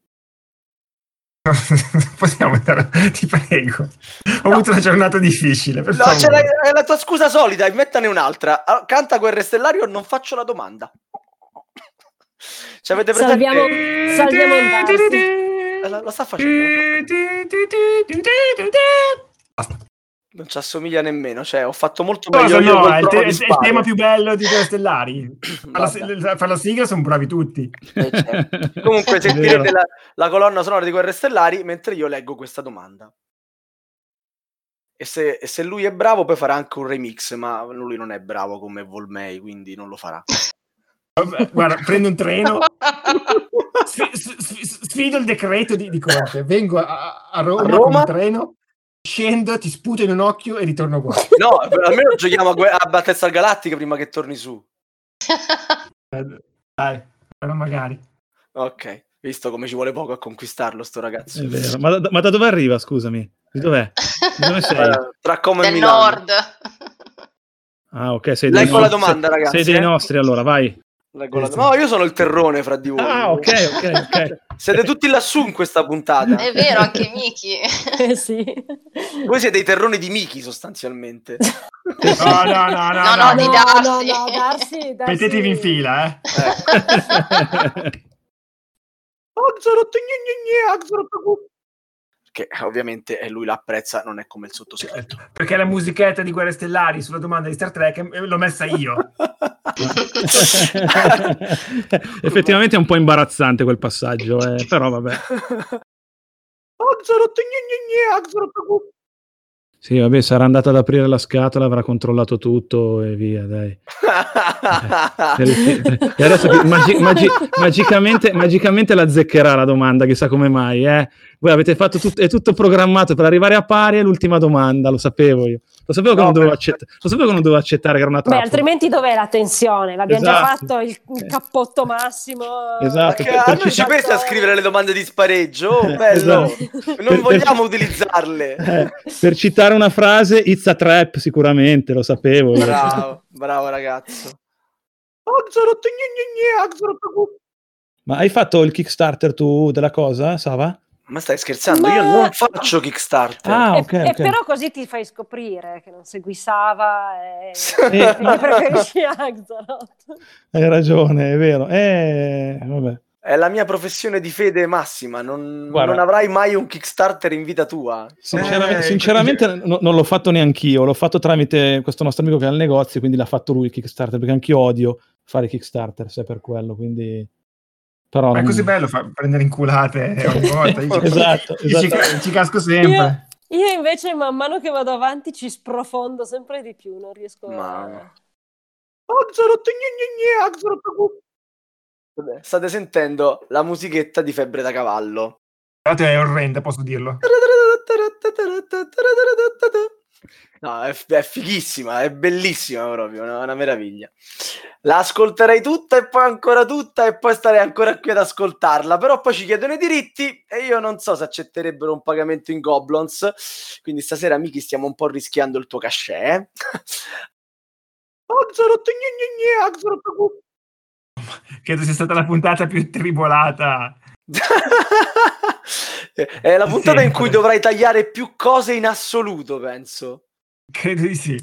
Possiamo andare, ti prego. Ho avuto una giornata difficile, per No, favore. è la tua scusa solita, invettane un'altra. Allora, canta Guerre Stellari o non faccio la domanda. Ci avete presente? Salviamo Darsi. Lo sta facendo. Non ci assomiglia nemmeno, cioè ho fatto molto meglio Cosa io no? col È Trono di il Spade. tema più bello di Guerre Stellari. Vabbè. Per la sigla sono bravi tutti. Certo. Comunque sentirete la colonna sonora di Guerre Stellari mentre io leggo questa domanda. E se lui è bravo poi farà anche un remix, ma lui non è bravo come Volmei, quindi non lo farà. Vabbè, guarda, prendo un treno, sfido il decreto di Conte, vengo a Roma con un treno, scendo, ti sputo in un occhio e ritorno qua. No, almeno giochiamo a Battlestar Galactica prima che torni su. Dai, però magari. Ok, visto come ci vuole poco a conquistarlo sto ragazzo. È vero. Ma da dove arriva, scusami? Di dov'è? Di dove sei? Tra Como e Del Milano. nord. Ah, ok, sei dei Leggo la domanda, ragazzi. Sei dei nostri, allora, vai. No, io sono il terrone fra di voi. Ah, ok. Siete tutti lassù in questa puntata. È vero, anche Miki. Sì. Voi siete i terroni di Miki, sostanzialmente. No, di Darsi. No, Darsi. Mettetevi in fila, Che ovviamente lui l'apprezza, non è come il sottoscritto. Perché la musichetta di Guerre Stellari sulla domanda di Star Trek l'ho messa io. Effettivamente è un po' imbarazzante quel passaggio, però vabbè. Sì, vabbè, sarà andato ad aprire la scatola, avrà controllato tutto e via, dai. E adesso magicamente la azzeccherà la domanda, chissà come mai, Voi avete fatto tutto, è tutto programmato per arrivare a pari all'ultima domanda, lo sapevo io. Lo sapevo che non dovevo accettare che era una trappola. Beh, altrimenti dov'è la tensione? L'abbiamo già Esatto. fatto il cappotto massimo. Esatto. A noi ci pensa a scrivere le domande di spareggio, bello. Esatto. Non vogliamo utilizzarle. Per citare una frase, it's a trap, sicuramente, lo sapevo. Bravo ragazzo. Ma hai fatto il Kickstarter tu della cosa, Sava? Ma stai scherzando? Io non faccio Kickstarter. Ok. Però così ti fai scoprire che non segui Sava e che preferisci Axolot. Hai ragione, è vero. Vabbè. È la mia professione di fede massima. Non avrai mai un Kickstarter in vita tua. Sinceramente non l'ho fatto neanch'io. L'ho fatto tramite questo nostro amico che ha il negozio, quindi l'ha fatto lui il Kickstarter, perché anch'io odio fare Kickstarter, se è per quello, quindi... Però ma è così bello prendere inculate ogni volta. Esatto. Ci casco sempre. Io invece man mano che vado avanti ci sprofondo sempre di più, non riesco a... State sentendo la musichetta di Febbre da cavallo. Tanto è orrenda, posso dirlo. No, è fighissima, è bellissima proprio, una meraviglia. La ascolterei tutta e poi ancora tutta e poi starei ancora qui ad ascoltarla, però poi ci chiedono i diritti e io non so se accetterebbero un pagamento in Goblons, quindi stasera amici stiamo un po' rischiando il tuo cachet. Credo sia stata la puntata più tribolata. È la puntata in Sempre. cui dovrai tagliare più cose in assoluto, penso. Credo di sì.